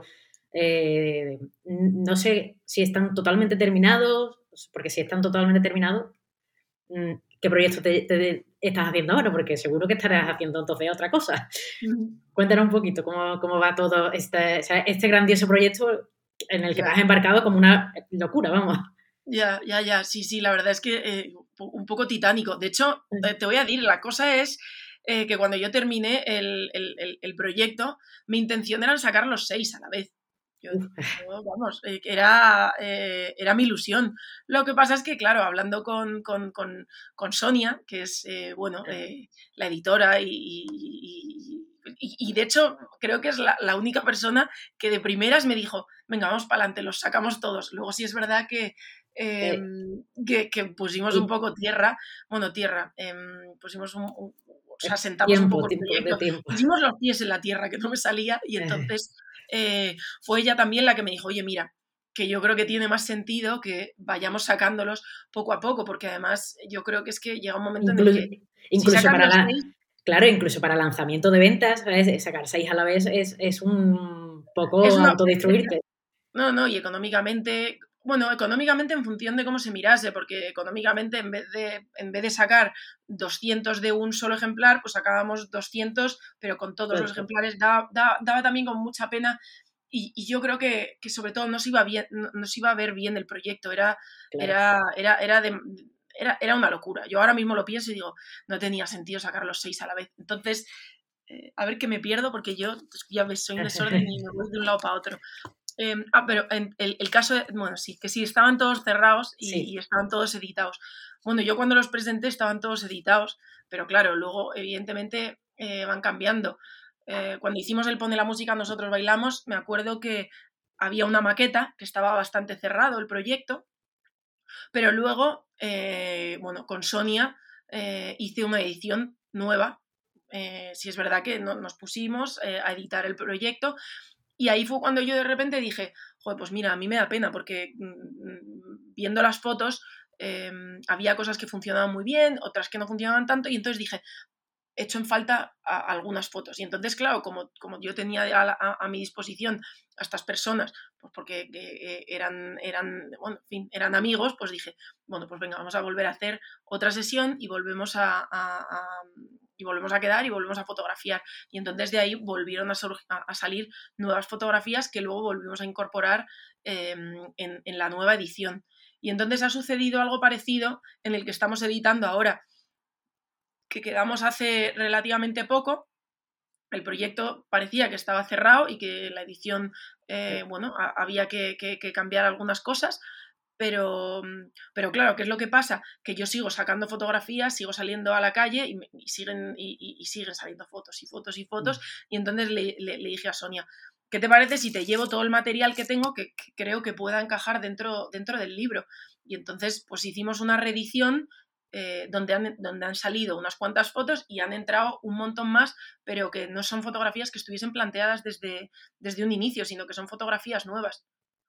no sé si están totalmente terminados, porque si están totalmente terminados, ¿qué proyecto te estás haciendo ahora? Porque seguro que estarás haciendo entonces otra cosa. Cuéntanos un poquito cómo va todo este grandioso proyecto en el que te has embarcado como una locura, vamos. Ya, sí, la verdad es que un poco titánico. De hecho, te voy a decir, la cosa es que cuando yo terminé el proyecto, mi intención era sacar los 6 a la vez. Era mi ilusión. Lo que pasa es que, claro, hablando con Sonia, que es, la editora y y de hecho creo que es la única persona que de primeras me dijo, venga, vamos para adelante, los sacamos todos. Luego sí es verdad que pusimos un poco tierra, pusimos o sea, sentamos un poco el proyecto, pusimos los pies en la tierra, que no me salía, y entonces fue ella también la que me dijo, oye, mira, que yo creo que tiene más sentido que vayamos sacándolos poco a poco, porque además yo creo que es que llega un momento en el que incluso claro, incluso para lanzamiento de ventas, ¿sabes? Sacar 6 a la vez es un poco autodestruirte. No, y económicamente, bueno, económicamente en función de cómo se mirase, porque económicamente en vez de sacar 200 de un solo ejemplar, pues sacábamos 200, pero con todos los ejemplares daba también con mucha pena. Y yo creo que sobre todo no se iba a ver bien el proyecto, era una locura. Yo ahora mismo lo pienso y digo, no tenía sentido sacar los 6 a la vez. Entonces, a ver que me pierdo, porque yo, ya ves, soy un desorden y me voy de un lado para otro. Pero en el caso, bueno, sí, que sí, estaban todos cerrados y estaban todos editados. Bueno, yo cuando los presenté estaban todos editados, pero claro, luego evidentemente van cambiando. Cuando hicimos el Pone la Música Nosotros Bailamos, me acuerdo que había una maqueta que estaba bastante cerrado el proyecto, pero luego, bueno, con Sonia hice una edición nueva. Sí es verdad que nos pusimos a editar el proyecto, y ahí fue cuando yo de repente dije, joder, pues mira, a mí me da pena, porque viendo las fotos había cosas que funcionaban muy bien, otras que no funcionaban tanto, y entonces dije, hecho en falta algunas fotos. Y entonces, claro, como yo tenía a mi disposición a estas personas, pues porque bueno, en fin, eran amigos, pues dije, bueno, pues venga, vamos a volver a hacer otra sesión y volvemos y volvemos a quedar y volvemos a fotografiar. Y entonces de ahí volvieron a salir nuevas fotografías que luego volvimos a incorporar en la nueva edición. Y entonces ha sucedido algo parecido en el que estamos editando ahora, que quedamos hace relativamente poco. El proyecto parecía que estaba cerrado y que la edición, bueno, había que cambiar algunas cosas, pero claro, ¿qué es lo que pasa? Que yo sigo sacando fotografías, sigo saliendo a la calle y siguen saliendo fotos y fotos y fotos, y entonces le dije a Sonia, ¿qué te parece si te llevo todo el material que tengo que creo que pueda encajar dentro del libro? Y entonces pues hicimos una reedición donde han salido unas cuantas fotos y han entrado un montón más, pero que no son fotografías que estuviesen planteadas desde un inicio, sino que son fotografías nuevas.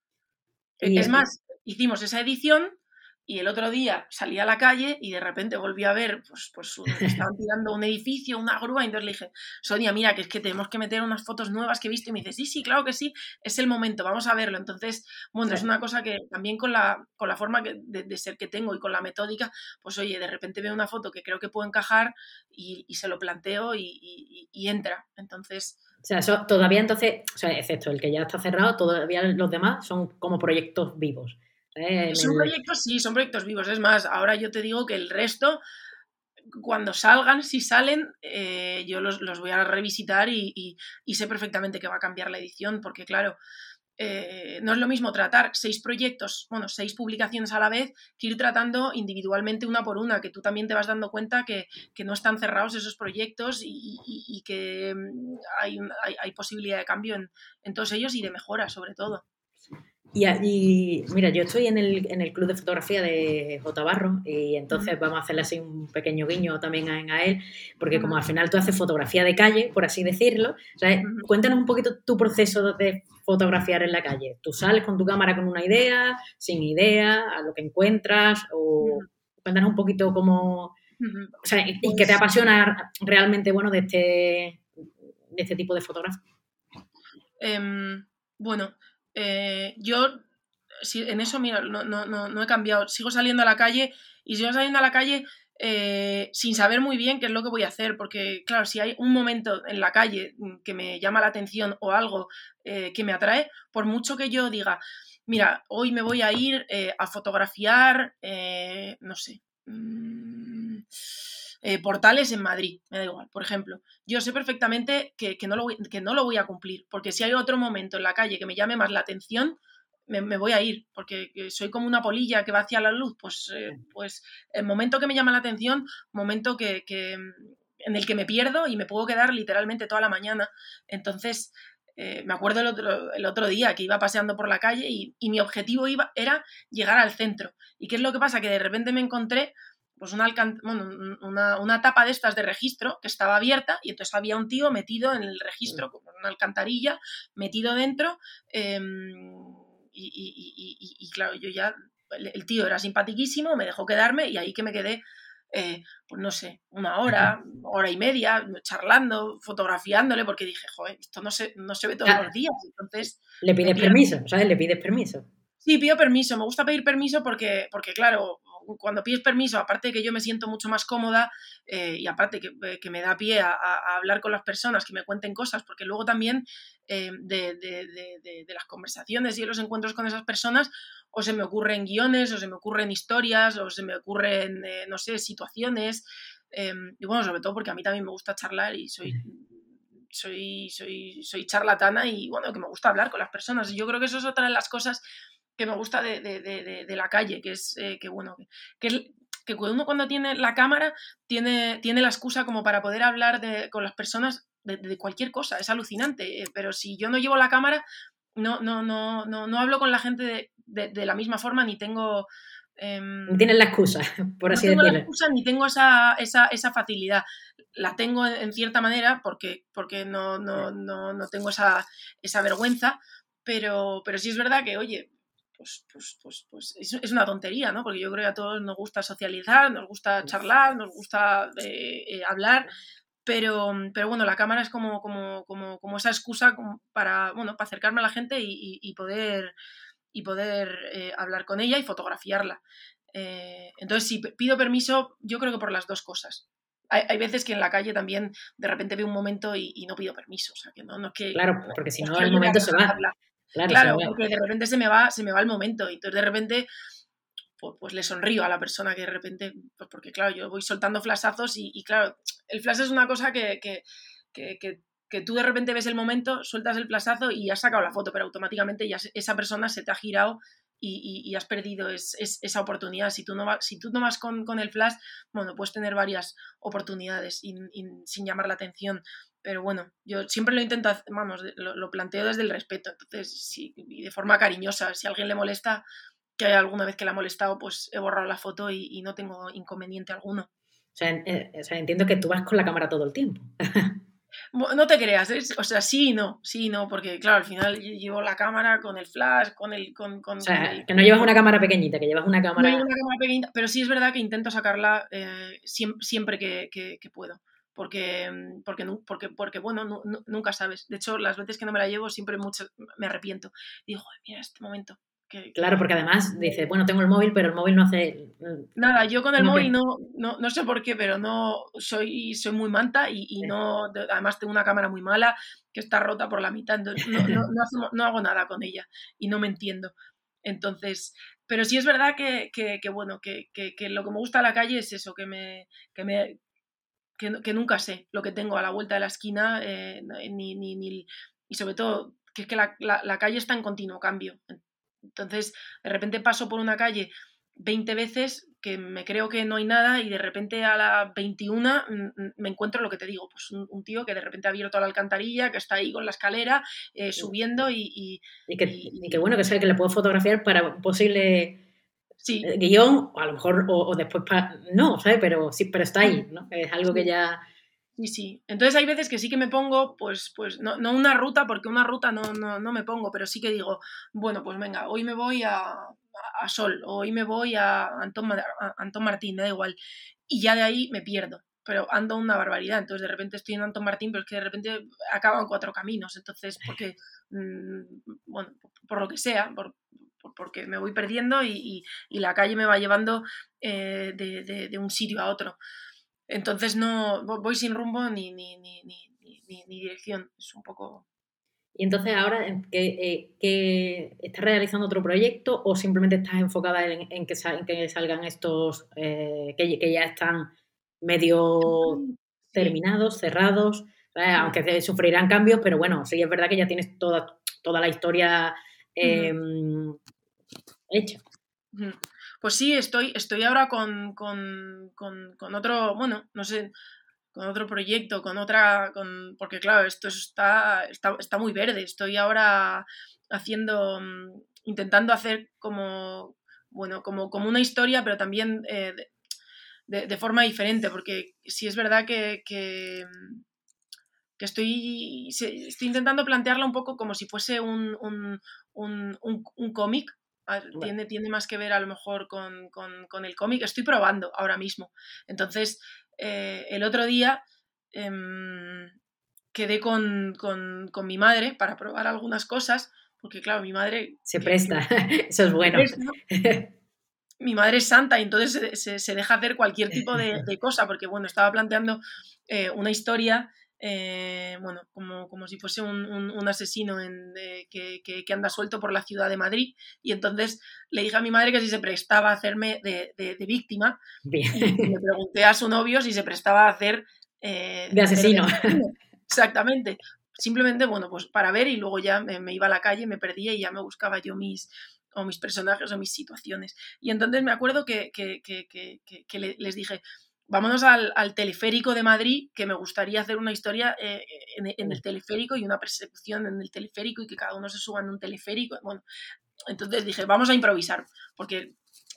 Es más, hicimos esa edición y el otro día salí a la calle y de repente volví a ver, estaban tirando un edificio, una grúa, y entonces le dije, Sonia, mira, que es que tenemos que meter unas fotos nuevas que he visto, y me dice, sí, claro que sí, es el momento, vamos a verlo. Entonces, bueno, es una cosa que también con la forma de ser que tengo y con la metódica, pues oye, de repente veo una foto que creo que puede encajar y se lo planteo y entra. Entonces... O sea, eso todavía entonces, o sea, excepto el que ya está cerrado, todavía los demás son como proyectos vivos. Son proyectos vivos. Es más, ahora yo te digo que el resto, cuando salgan, si salen, yo los voy a revisitar y sé perfectamente que va a cambiar la edición, porque claro, no es lo mismo tratar 6 proyectos, bueno, 6 publicaciones a la vez, que ir tratando individualmente una por una, que tú también te vas dando cuenta que no están cerrados esos proyectos y que hay posibilidad de cambio en todos ellos y de mejora, sobre todo. Y mira, yo estoy en el club de fotografía de J. Barro, y entonces vamos a hacerle así un pequeño guiño también a él, porque como al final tú haces fotografía de calle, por así decirlo, ¿sabes? Cuéntanos un poquito tu proceso de fotografiar en la calle. ¿Tú sales con tu cámara con una idea, sin idea, a lo que encuentras? O cuéntanos un poquito cómo... O sea, y qué te apasiona realmente, bueno, de este tipo de fotografía. Bueno... yo en eso, mira, no he cambiado. Sigo saliendo a la calle sin saber muy bien qué es lo que voy a hacer, porque claro, si hay un momento en la calle que me llama la atención o algo que me atrae, por mucho que yo diga, mira, hoy me voy a ir a fotografiar, no sé, portales en Madrid, me da igual, por ejemplo. Yo sé perfectamente que no lo voy a cumplir, porque si hay otro momento en la calle que me llame más la atención, me voy a ir, porque soy como una polilla que va hacia la luz, pues el momento que me llama la atención, momento que en el que me pierdo y me puedo quedar literalmente toda la mañana. Entonces, me acuerdo el otro día que iba paseando por la calle y mi objetivo era llegar al centro. ¿Y qué es lo que pasa? Que de repente me encontré pues una tapa de estas de registro que estaba abierta y entonces había un tío metido en el registro con una alcantarilla, metido dentro, y claro, yo ya, el tío era simpaticísimo, me dejó quedarme y ahí que me quedé, pues no sé, una hora y media, charlando, fotografiándole, porque dije, joder, esto no se ve todos los días, entonces... Le pides permiso, ¿sabes? Le pides permiso. Sí, pido permiso, me gusta pedir permiso porque claro, cuando pides permiso, aparte de que yo me siento mucho más cómoda y aparte que me da pie a hablar con las personas, que me cuenten cosas, porque luego también de las conversaciones y de los encuentros con esas personas, o se me ocurren guiones, o se me ocurren historias, o se me ocurren, no sé, situaciones, y bueno, sobre todo porque a mí también me gusta charlar y soy charlatana y bueno, que me gusta hablar con las personas. Y yo creo que eso es otra de las cosas que me gusta de la calle, que es que uno cuando tiene la cámara tiene la excusa como para poder hablar con las personas de cualquier cosa, es alucinante, pero si yo no llevo la cámara, no hablo con la gente de la misma forma, ni tengo... No tienes la excusa, por así decirlo. No tengo la decirlo. excusa ni tengo esa facilidad. La tengo en cierta manera porque no tengo esa vergüenza, pero sí es verdad que, oye, pues es una tontería, ¿no? Porque yo creo que a todos nos gusta socializar, nos gusta charlar, nos gusta hablar, pero bueno, la cámara es como esa excusa para acercarme a la gente y poder hablar con ella y fotografiarla. Entonces, si pido permiso, yo creo que por las dos cosas. Hay veces que en la calle también de repente veo un momento y no pido permiso, o sea, que no es que... Claro, porque si es no que el momento se va. Claro, porque de repente se me va el momento y entonces de repente pues le sonrío a la persona que de repente, pues porque claro, yo voy soltando flashazos y claro, el flash es una cosa que tú de repente ves el momento, sueltas el flashazo y has sacado la foto, pero automáticamente ya esa persona se te ha girado y has perdido esa oportunidad. Si tú no vas con el flash, bueno, puedes tener varias oportunidades sin llamar la atención. Pero bueno, yo siempre lo intento, vamos, lo planteo desde el respeto. Entonces, y de forma cariñosa. Si a alguien le molesta, que alguna vez que le ha molestado, pues he borrado la foto y no tengo inconveniente alguno. O sea, entiendo que tú vas con la cámara todo el tiempo. No te creas, ¿eh? O sea, sí y no, porque claro, al final llevo la cámara con el flash, o sea, que no llevas una cámara pequeñita, que llevas una cámara... No llevo una cámara pequeñita, pero sí es verdad que intento sacarla siempre que puedo. Porque bueno, nunca sabes. De hecho, las veces que no me la llevo, siempre me arrepiento. Digo, joder, mira este momento. Claro, porque además dices, bueno, tengo el móvil, pero el móvil no hace... Nada, yo con el móvil no sé por qué, pero no soy muy manta y no, además tengo una cámara muy mala que está rota por la mitad, entonces no hago nada con ella y no me entiendo. Entonces, pero sí es verdad que bueno, que lo que me gusta de la calle es eso, que nunca sé lo que tengo a la vuelta de la esquina, y sobre todo que es que la calle está en continuo cambio. Entonces, de repente paso por una calle 20 veces que me creo que no hay nada y de repente a las 21 me encuentro lo que te digo, pues un tío que de repente ha abierto la alcantarilla, que está ahí con la escalera, subiendo y que bueno, que sabe que le puedo fotografiar para un posible sí. guión, o a lo mejor, o después no, ¿sabes? Pero sí, pero está ahí, ¿no? Es algo que ya... Sí. Entonces hay veces que sí que me pongo, pues no una ruta, porque una ruta no me pongo, pero sí que digo, bueno, pues venga, hoy me voy a Sol, o hoy me voy a Antón Martín, me da igual. Y ya de ahí me pierdo, pero ando una barbaridad. Entonces de repente estoy en Antón Martín, pero es que de repente acaban 4 caminos. Entonces, porque, bueno, por lo que sea, porque me voy perdiendo y la calle me va llevando de un sitio a otro. Entonces no voy sin rumbo ni dirección. Es un poco... Y entonces ahora, ¿que estás realizando otro proyecto o simplemente estás enfocada en que salgan estos que ya están medio terminados, cerrados? Aunque sufrirán cambios, pero bueno, sí es verdad que ya tienes toda la historia hecha. Pues sí, estoy ahora con otro, bueno, no sé, otro proyecto, porque claro, esto está muy verde. Estoy ahora intentando hacer como una historia, pero también de forma diferente, porque sí es verdad que estoy intentando plantearla un poco como si fuese un cómic. Tiene más que ver a lo mejor con el cómic. Estoy probando ahora mismo. Entonces, el otro día quedé con mi madre para probar algunas cosas, porque claro, mi madre... Se presta, eso es bueno. Mi madre es santa y entonces se deja hacer cualquier tipo de cosa, porque bueno, estaba planteando una historia, como si fuese un asesino que anda suelto por la ciudad de Madrid, y entonces le dije a mi madre que si se prestaba a hacerme de víctima. Bien. Y le pregunté a su novio si se prestaba a hacer de asesino. Exactamente. Simplemente, bueno, pues para ver, y luego ya me iba a la calle, me perdía y ya me buscaba yo mis personajes o mis situaciones. Y entonces me acuerdo que les dije, vámonos al teleférico de Madrid, que me gustaría hacer una historia en el teleférico y una persecución en el teleférico y que cada uno se suba en un teleférico. Bueno, entonces dije, vamos a improvisar, porque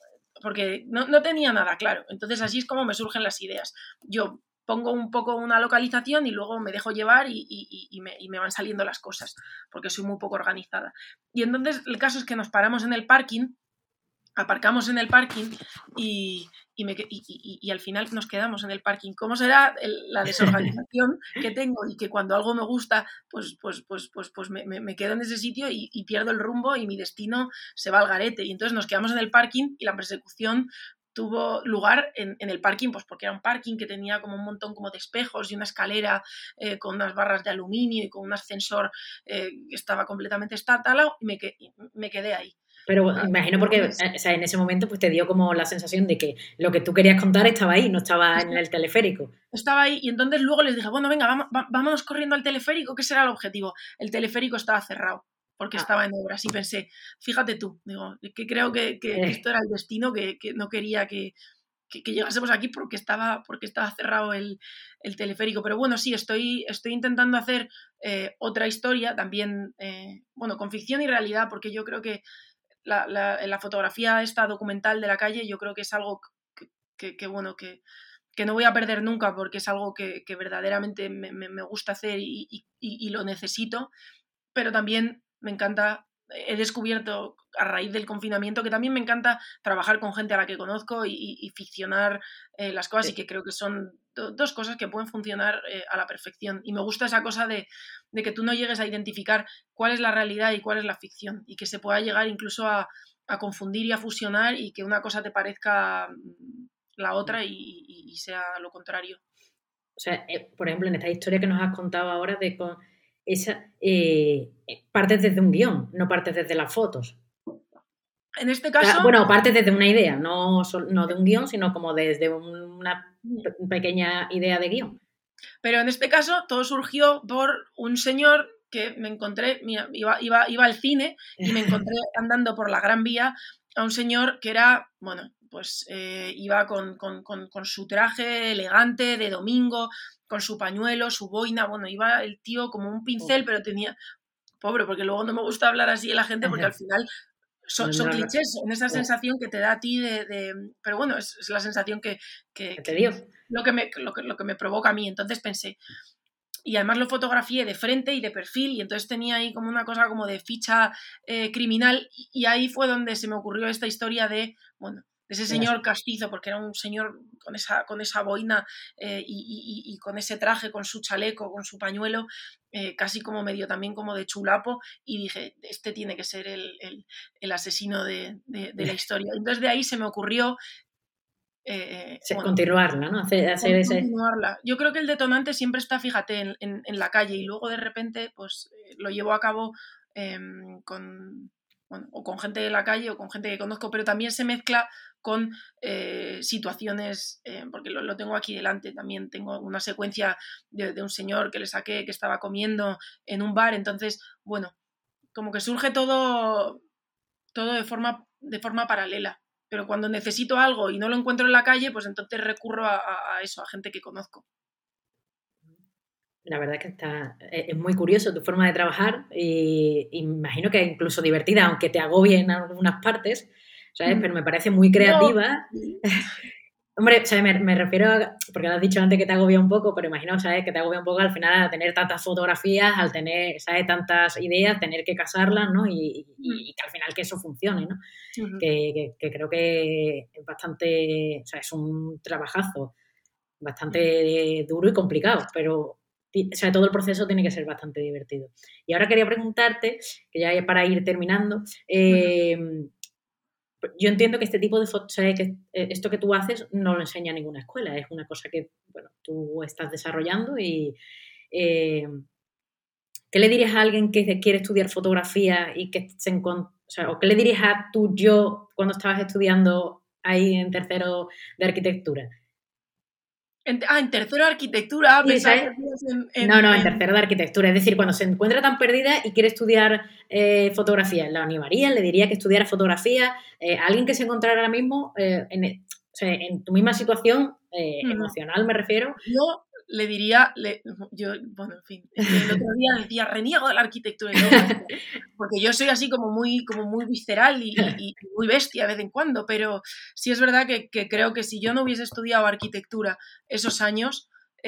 no tenía nada claro. Entonces así es como me surgen las ideas. Yo pongo un poco una localización y luego me dejo llevar y me van saliendo las cosas, porque soy muy poco organizada. Y entonces el caso es que nos paramos en el parking, aparcamos en el parking y al final nos quedamos en el parking. ¿Cómo será la desorganización que tengo y que cuando algo me gusta, pues me quedo en ese sitio y pierdo el rumbo y mi destino se va al garete? Y entonces nos quedamos en el parking y la persecución tuvo lugar en el parking, pues porque era un parking que tenía como un montón como de espejos y una escalera con unas barras de aluminio y con un ascensor que estaba completamente estátalado, y me quedé ahí. Pero imagino porque, o sea, en ese momento pues te dio como la sensación de que lo que tú querías contar estaba ahí, no estaba en el teleférico. Estaba ahí y entonces luego les dije, bueno, venga, vámonos corriendo al teleférico, ¿qué será el objetivo? El teleférico estaba cerrado porque estaba en obras y pensé, fíjate tú, digo, que creo que esto era el destino, que no quería que llegásemos aquí porque estaba cerrado el teleférico. Pero bueno, sí, estoy intentando hacer otra historia también, con ficción y realidad, porque yo creo que la fotografía esta documental de la calle, yo creo que es algo que no voy a perder nunca, porque es algo que verdaderamente me gusta hacer y lo necesito, pero también me encanta, he descubierto a raíz del confinamiento que también me encanta trabajar con gente a la que conozco y ficcionar las cosas, y que creo que son dos cosas que pueden funcionar a la perfección. Y me gusta esa cosa de que tú no llegues a identificar cuál es la realidad y cuál es la ficción, y que se pueda llegar incluso a confundir y a fusionar, y que una cosa te parezca la otra y sea lo contrario. O sea, por ejemplo, en esta historia que nos has contado ahora partes desde un guión, no partes desde las fotos. En este caso... O sea, partes desde una idea, no de un guión, sino como desde una pequeña idea de guión. Pero en este caso todo surgió por un señor que me encontré, iba al cine y me encontré andando por la Gran Vía a un señor que era, pues iba con su traje elegante de domingo, con su pañuelo, su boina, iba el tío como un pincel, pero tenía... Pobre, porque luego no me gusta hablar así de la gente, porque al final son clichés, son esa sensación que te da a ti pero bueno, es la sensación que te dio. Lo que me provoca a mí. Entonces pensé, y además lo fotografié de frente y de perfil, y entonces tenía ahí como una cosa como de ficha criminal, y ahí fue donde se me ocurrió esta historia de ese señor castizo, porque era un señor con esa boina y con ese traje, con su chaleco, con su pañuelo, casi como medio también como de chulapo, y dije, este tiene que ser el asesino de la historia. Entonces de ahí se me ocurrió continuarla, ¿no? Continuarla. Yo creo que el detonante siempre está, fíjate, en la calle, y luego de repente pues lo llevo a cabo con gente de la calle o con gente que conozco, pero también se mezcla con situaciones, porque lo tengo aquí delante, también tengo una secuencia de un señor que le saqué que estaba comiendo en un bar, entonces, como que surge todo de forma paralela. Pero cuando necesito algo y no lo encuentro en la calle, pues entonces recurro a eso, a gente que conozco. La verdad es que es muy curioso tu forma de trabajar y imagino que es incluso divertida, aunque te agobie en algunas partes, ¿sabes? Pero me parece muy No, creativa. Hombre, ¿sabes? Me refiero a, porque lo has dicho antes que te agobia un poco, pero imagino, ¿sabes? Que te agobia un poco al final al tener tantas fotografías, al tener, ¿sabes? Tantas ideas, tener que casarlas, ¿no? Y que al final que eso funcione, ¿no? Que creo que es bastante, o sea, es un trabajazo bastante duro y complicado, pero o sea, todo el proceso tiene que ser bastante divertido. Y ahora quería preguntarte, que ya para ir terminando, yo entiendo que este tipo de fotos, que esto que tú haces no lo enseña ninguna escuela, es una cosa que, bueno, tú estás desarrollando y eh, ¿qué le dirías a alguien que quiere estudiar fotografía y que o sea, o qué le dirías a tu yo cuando estabas estudiando ahí en tercero de arquitectura? En tercero de arquitectura, Sí, pensaba ¿sabes? que hacías No, en tercero de arquitectura. Es decir, cuando se encuentra tan perdida y quiere estudiar fotografía, la animaría, le diría que estudiara fotografía. A alguien que se encontrara ahora mismo o sea, en tu misma situación emocional, me refiero. Yo le diría, bueno, en fin, es que el otro día decía, reniego de la arquitectura y todo, porque yo soy así como muy visceral y muy bestia de vez en cuando, pero sí es verdad que creo que si yo no hubiese estudiado arquitectura esos años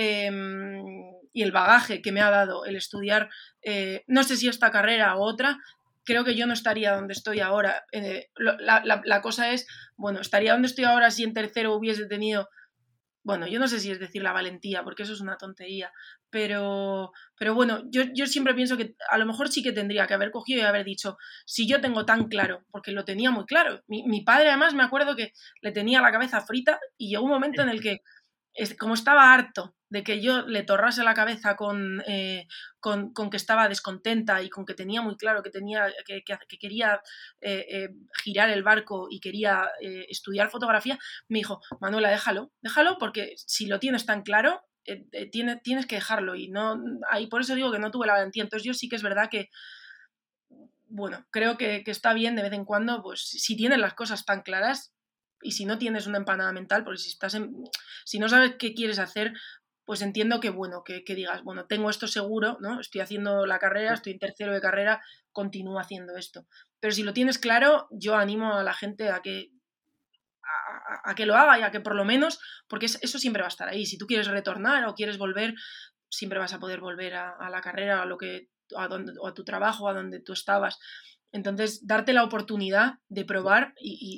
y el bagaje que me ha dado el estudiar, no sé si esta carrera o otra, creo que yo no estaría donde estoy ahora. La cosa es, bueno, estaría donde estoy ahora si en tercero hubiese tenido, bueno, yo no sé si es decir la valentía, porque eso es una tontería, pero bueno, yo siempre pienso que a lo mejor sí que tendría que haber cogido y haber dicho, si yo tengo tan claro, porque lo tenía muy claro. Mi padre además me acuerdo que le tenía la cabeza frita y llegó un momento en el que, como estaba harto de que yo le torrase la cabeza con que estaba descontenta y con que tenía muy claro que, que quería girar el barco y quería estudiar fotografía, me dijo, Manuela, déjalo porque si lo tienes tan claro, tienes que dejarlo. Y no, ahí por eso digo que no tuve la valentía. Entonces yo sí que es verdad que, bueno, creo que está bien de vez en cuando, pues si tienes las cosas tan claras y si no tienes una empanada mental, porque si no sabes qué quieres hacer, pues entiendo que, bueno, que digas, bueno, tengo esto seguro, ¿no? Estoy haciendo la carrera, estoy en tercero de carrera, continúo haciendo esto. Pero si lo tienes claro, yo animo a la gente a que lo haga y a que por lo menos, porque eso siempre va a estar ahí. Si tú quieres retornar o quieres volver, siempre vas a poder volver a la carrera, o a tu trabajo, a donde tú estabas. Entonces, darte la oportunidad de probar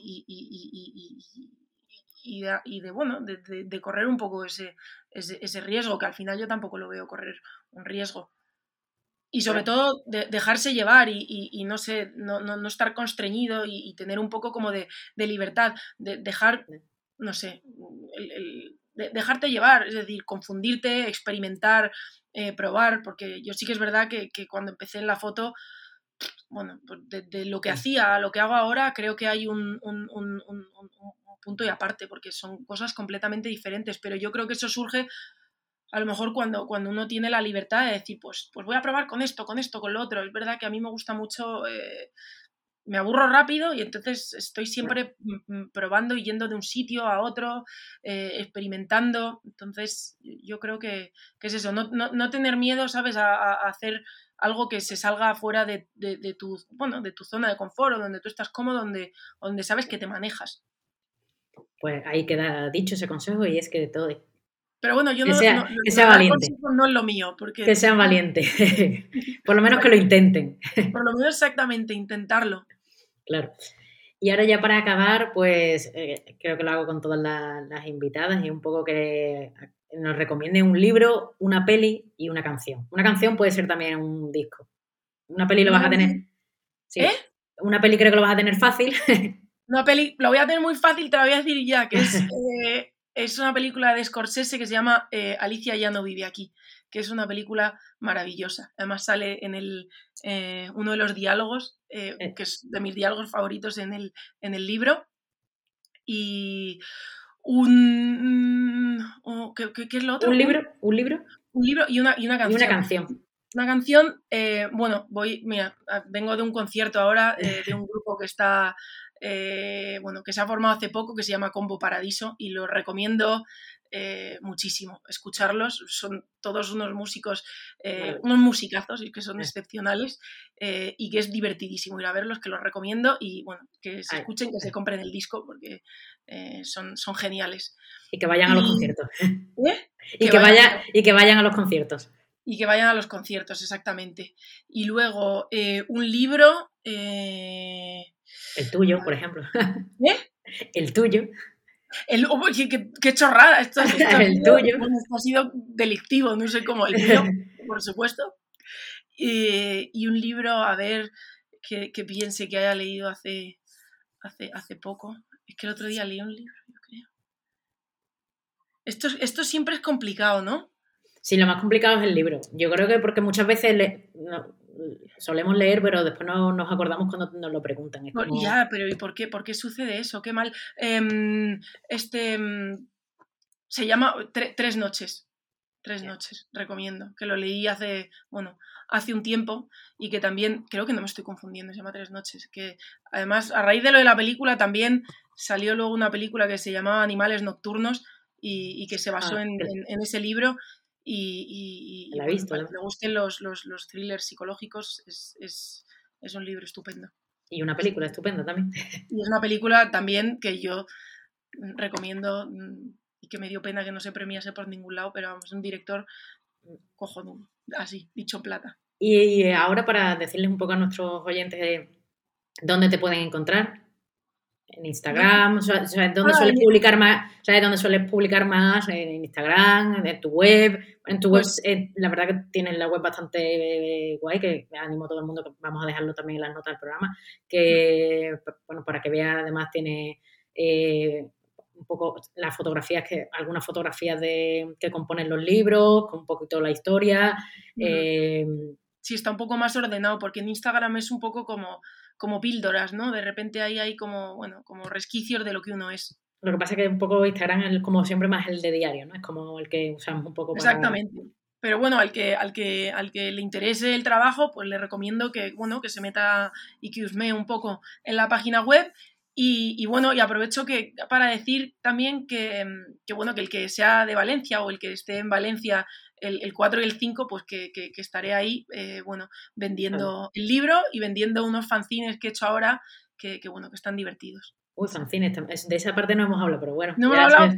de correr un poco ese riesgo, que al final yo tampoco lo veo correr un riesgo. Y sobre todo dejarse llevar y no sé, no estar constreñido y tener un poco como de libertad, dejar, no sé, dejarte llevar, es decir, confundirte, experimentar, probar, porque yo sí que es verdad que cuando empecé en la foto, bueno, pues de lo que hacía a lo que hago ahora, creo que hay un punto y aparte, porque son cosas completamente diferentes, pero yo creo que eso surge a lo mejor cuando uno tiene la libertad de decir, pues voy a probar con esto, con lo otro. Es verdad que a mí me gusta mucho, me aburro rápido y entonces estoy siempre probando y yendo de un sitio a otro, experimentando. Entonces yo creo que es eso, no tener miedo, ¿sabes?, a hacer algo que se salga fuera de tu zona de confort, o donde tú estás cómodo, donde sabes que te manejas. Pues ahí queda dicho ese consejo y es que todo, Pero bueno, yo que sea, que lo de sea dar valiente, consejos no es lo mío, que porque sean valientes, por lo menos que lo intenten, por lo menos exactamente intentarlo. claro. Y ahora ya para acabar, pues creo que lo hago con todas las invitadas y un poco que nos recomienden un libro, una peli y una canción. Una canción puede ser también un disco. Una peli lo Una vas a canción. tener, sí, una peli creo que lo vas a tener fácil. Una peli, lo voy a tener muy fácil, te la voy a decir ya, que es una película de Scorsese que se llama Alicia ya no vive aquí, que es una película maravillosa. Además sale en uno de los diálogos, que es de mis diálogos favoritos en el libro. Y ¿qué es lo otro? ¿Un libro? ¿Un libro? Un libro y una canción. Y una canción. Una canción, bueno, mira, vengo de un concierto ahora de un grupo que está bueno, que se ha formado hace poco, que se llama Combo Paradiso, y lo recomiendo muchísimo. Escucharlos, son todos unos músicos, unos musicazos y que son excepcionales, y que es divertidísimo ir a verlos, que los recomiendo, y bueno, que se escuchen, que se compren el disco, porque son geniales. Y que vayan a los conciertos. Y que vayan a los conciertos. Y que vayan a los conciertos, exactamente. Y luego, un libro... El tuyo, por ejemplo. El tuyo. Qué chorrada. Esto el tuyo. Bueno, esto ha sido delictivo, no sé cómo. El mío, por supuesto. Y un libro, a ver, que piense que haya leído hace poco. Es que el otro día leí un libro, yo creo. Esto siempre es complicado, ¿no? Sí, lo más complicado es el libro. Yo creo que porque muchas veces solemos leer, pero después no nos acordamos cuando nos lo preguntan. Como... Ya, pero ¿y por qué sucede eso? Qué mal. Se llama Tres noches. Tres noches, recomiendo. Que lo leí hace un tiempo, y que también, creo que no me estoy confundiendo, se llama Tres noches. Que además, a raíz de lo de la película, también salió luego una película que se llamaba Animales nocturnos, y que se basó en ese libro. Y la he visto, para que le gusten los thrillers psicológicos, es un libro estupendo. Y una película estupenda también. Y es una película también que yo recomiendo, y que me dio pena que no se premiase por ningún lado, pero vamos, es un director cojonudo, así, dicho en plata. Y ahora, para decirles un poco a nuestros oyentes dónde te pueden encontrar. En Instagram, ¿sabes dónde sueles publicar más? ¿Sabes dónde sueles publicar más? En Instagram, en tu web. En tu web, la verdad que tienes la web bastante guay, que animo a todo el mundo, que vamos a dejarlo también en las notas del programa, que, bueno, para que veas, además tiene un poco las fotografías, algunas fotografías que componen los libros, con un poquito la historia. Sí, está un poco más ordenado, porque en Instagram es un poco como píldoras, ¿no? De repente ahí hay como resquicios de lo que uno es. Lo que pasa es que un poco Instagram es como siempre más el de diario, ¿no? Es como el que usamos un poco para... Exactamente. Pero bueno, al que le interese el trabajo, pues le recomiendo que se meta y que husmee un poco en la página web. Y bueno, y aprovecho para decir también que el que sea de Valencia, o el que esté en Valencia el 4 y el 5, pues que estaré ahí, vendiendo el libro y vendiendo unos fanzines que he hecho ahora, que están divertidos. Uy, fanzines, de esa parte no hemos hablado, pero bueno. No hemos hablado.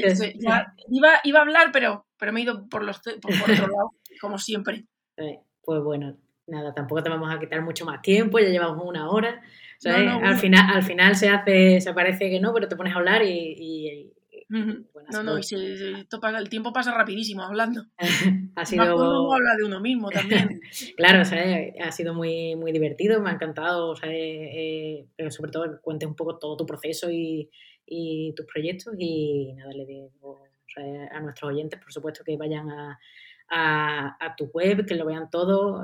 Iba a hablar, pero me he ido por otro lado, como siempre. Pues bueno, nada, tampoco te vamos a quitar mucho más tiempo, ya llevamos 1 hora. ¿Sabes? No, al final se parece que no, pero te pones a hablar y bueno, el tiempo pasa rapidísimo hablando. Ha sido... Uno habla de uno mismo también. Claro, ¿sabes? Ha sido muy, muy divertido, me ha encantado, ¿sabes? Sobre todo que cuentes un poco todo tu proceso y tus proyectos, y nada, le digo, ¿sabes? A nuestros oyentes, por supuesto, que vayan a tu web, que lo vean todo.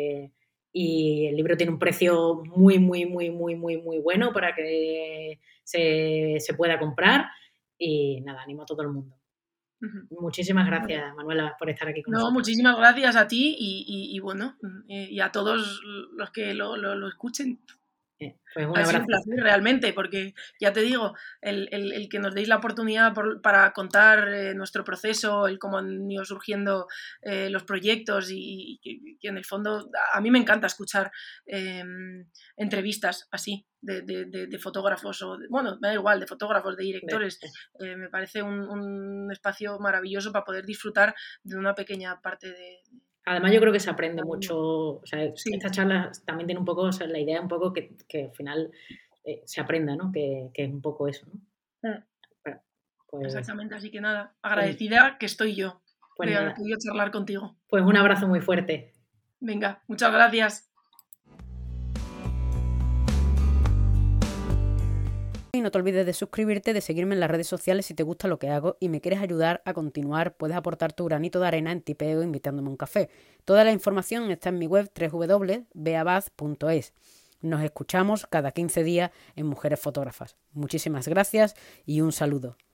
Y el libro tiene un precio muy, muy, muy, muy, muy, muy bueno para que se pueda comprar. Y nada, animo a todo el mundo. Muchísimas gracias, Manuela, por estar aquí con nosotros. Muchísimas gracias a ti y a todos los que lo escuchen. Pues un ha abrazo. sido un placer realmente, porque ya te digo, el que nos deis la oportunidad para contar nuestro proceso, el cómo han ido surgiendo los proyectos, y que en el fondo a mí me encanta escuchar entrevistas así de fotógrafos, me da igual, de fotógrafos, de directores. Me parece un espacio maravilloso para poder disfrutar de una pequeña parte de... Además, yo creo que se aprende mucho, o sea, esta charla también tiene un poco, o sea, la idea es un poco que al final se aprenda, ¿no? Que es un poco eso, ¿no? Pues, exactamente, así que nada, agradecida que estoy yo de haber podido charlar contigo. Pues un abrazo muy fuerte. Venga, muchas gracias. Y no te olvides de suscribirte, de seguirme en las redes sociales si te gusta lo que hago y me quieres ayudar a continuar. Puedes aportar tu granito de arena en Tipeo invitándome a un café. Toda la información está en mi web www.beabaz.es. Nos escuchamos cada 15 días en Mujeres Fotógrafas. Muchísimas gracias y un saludo.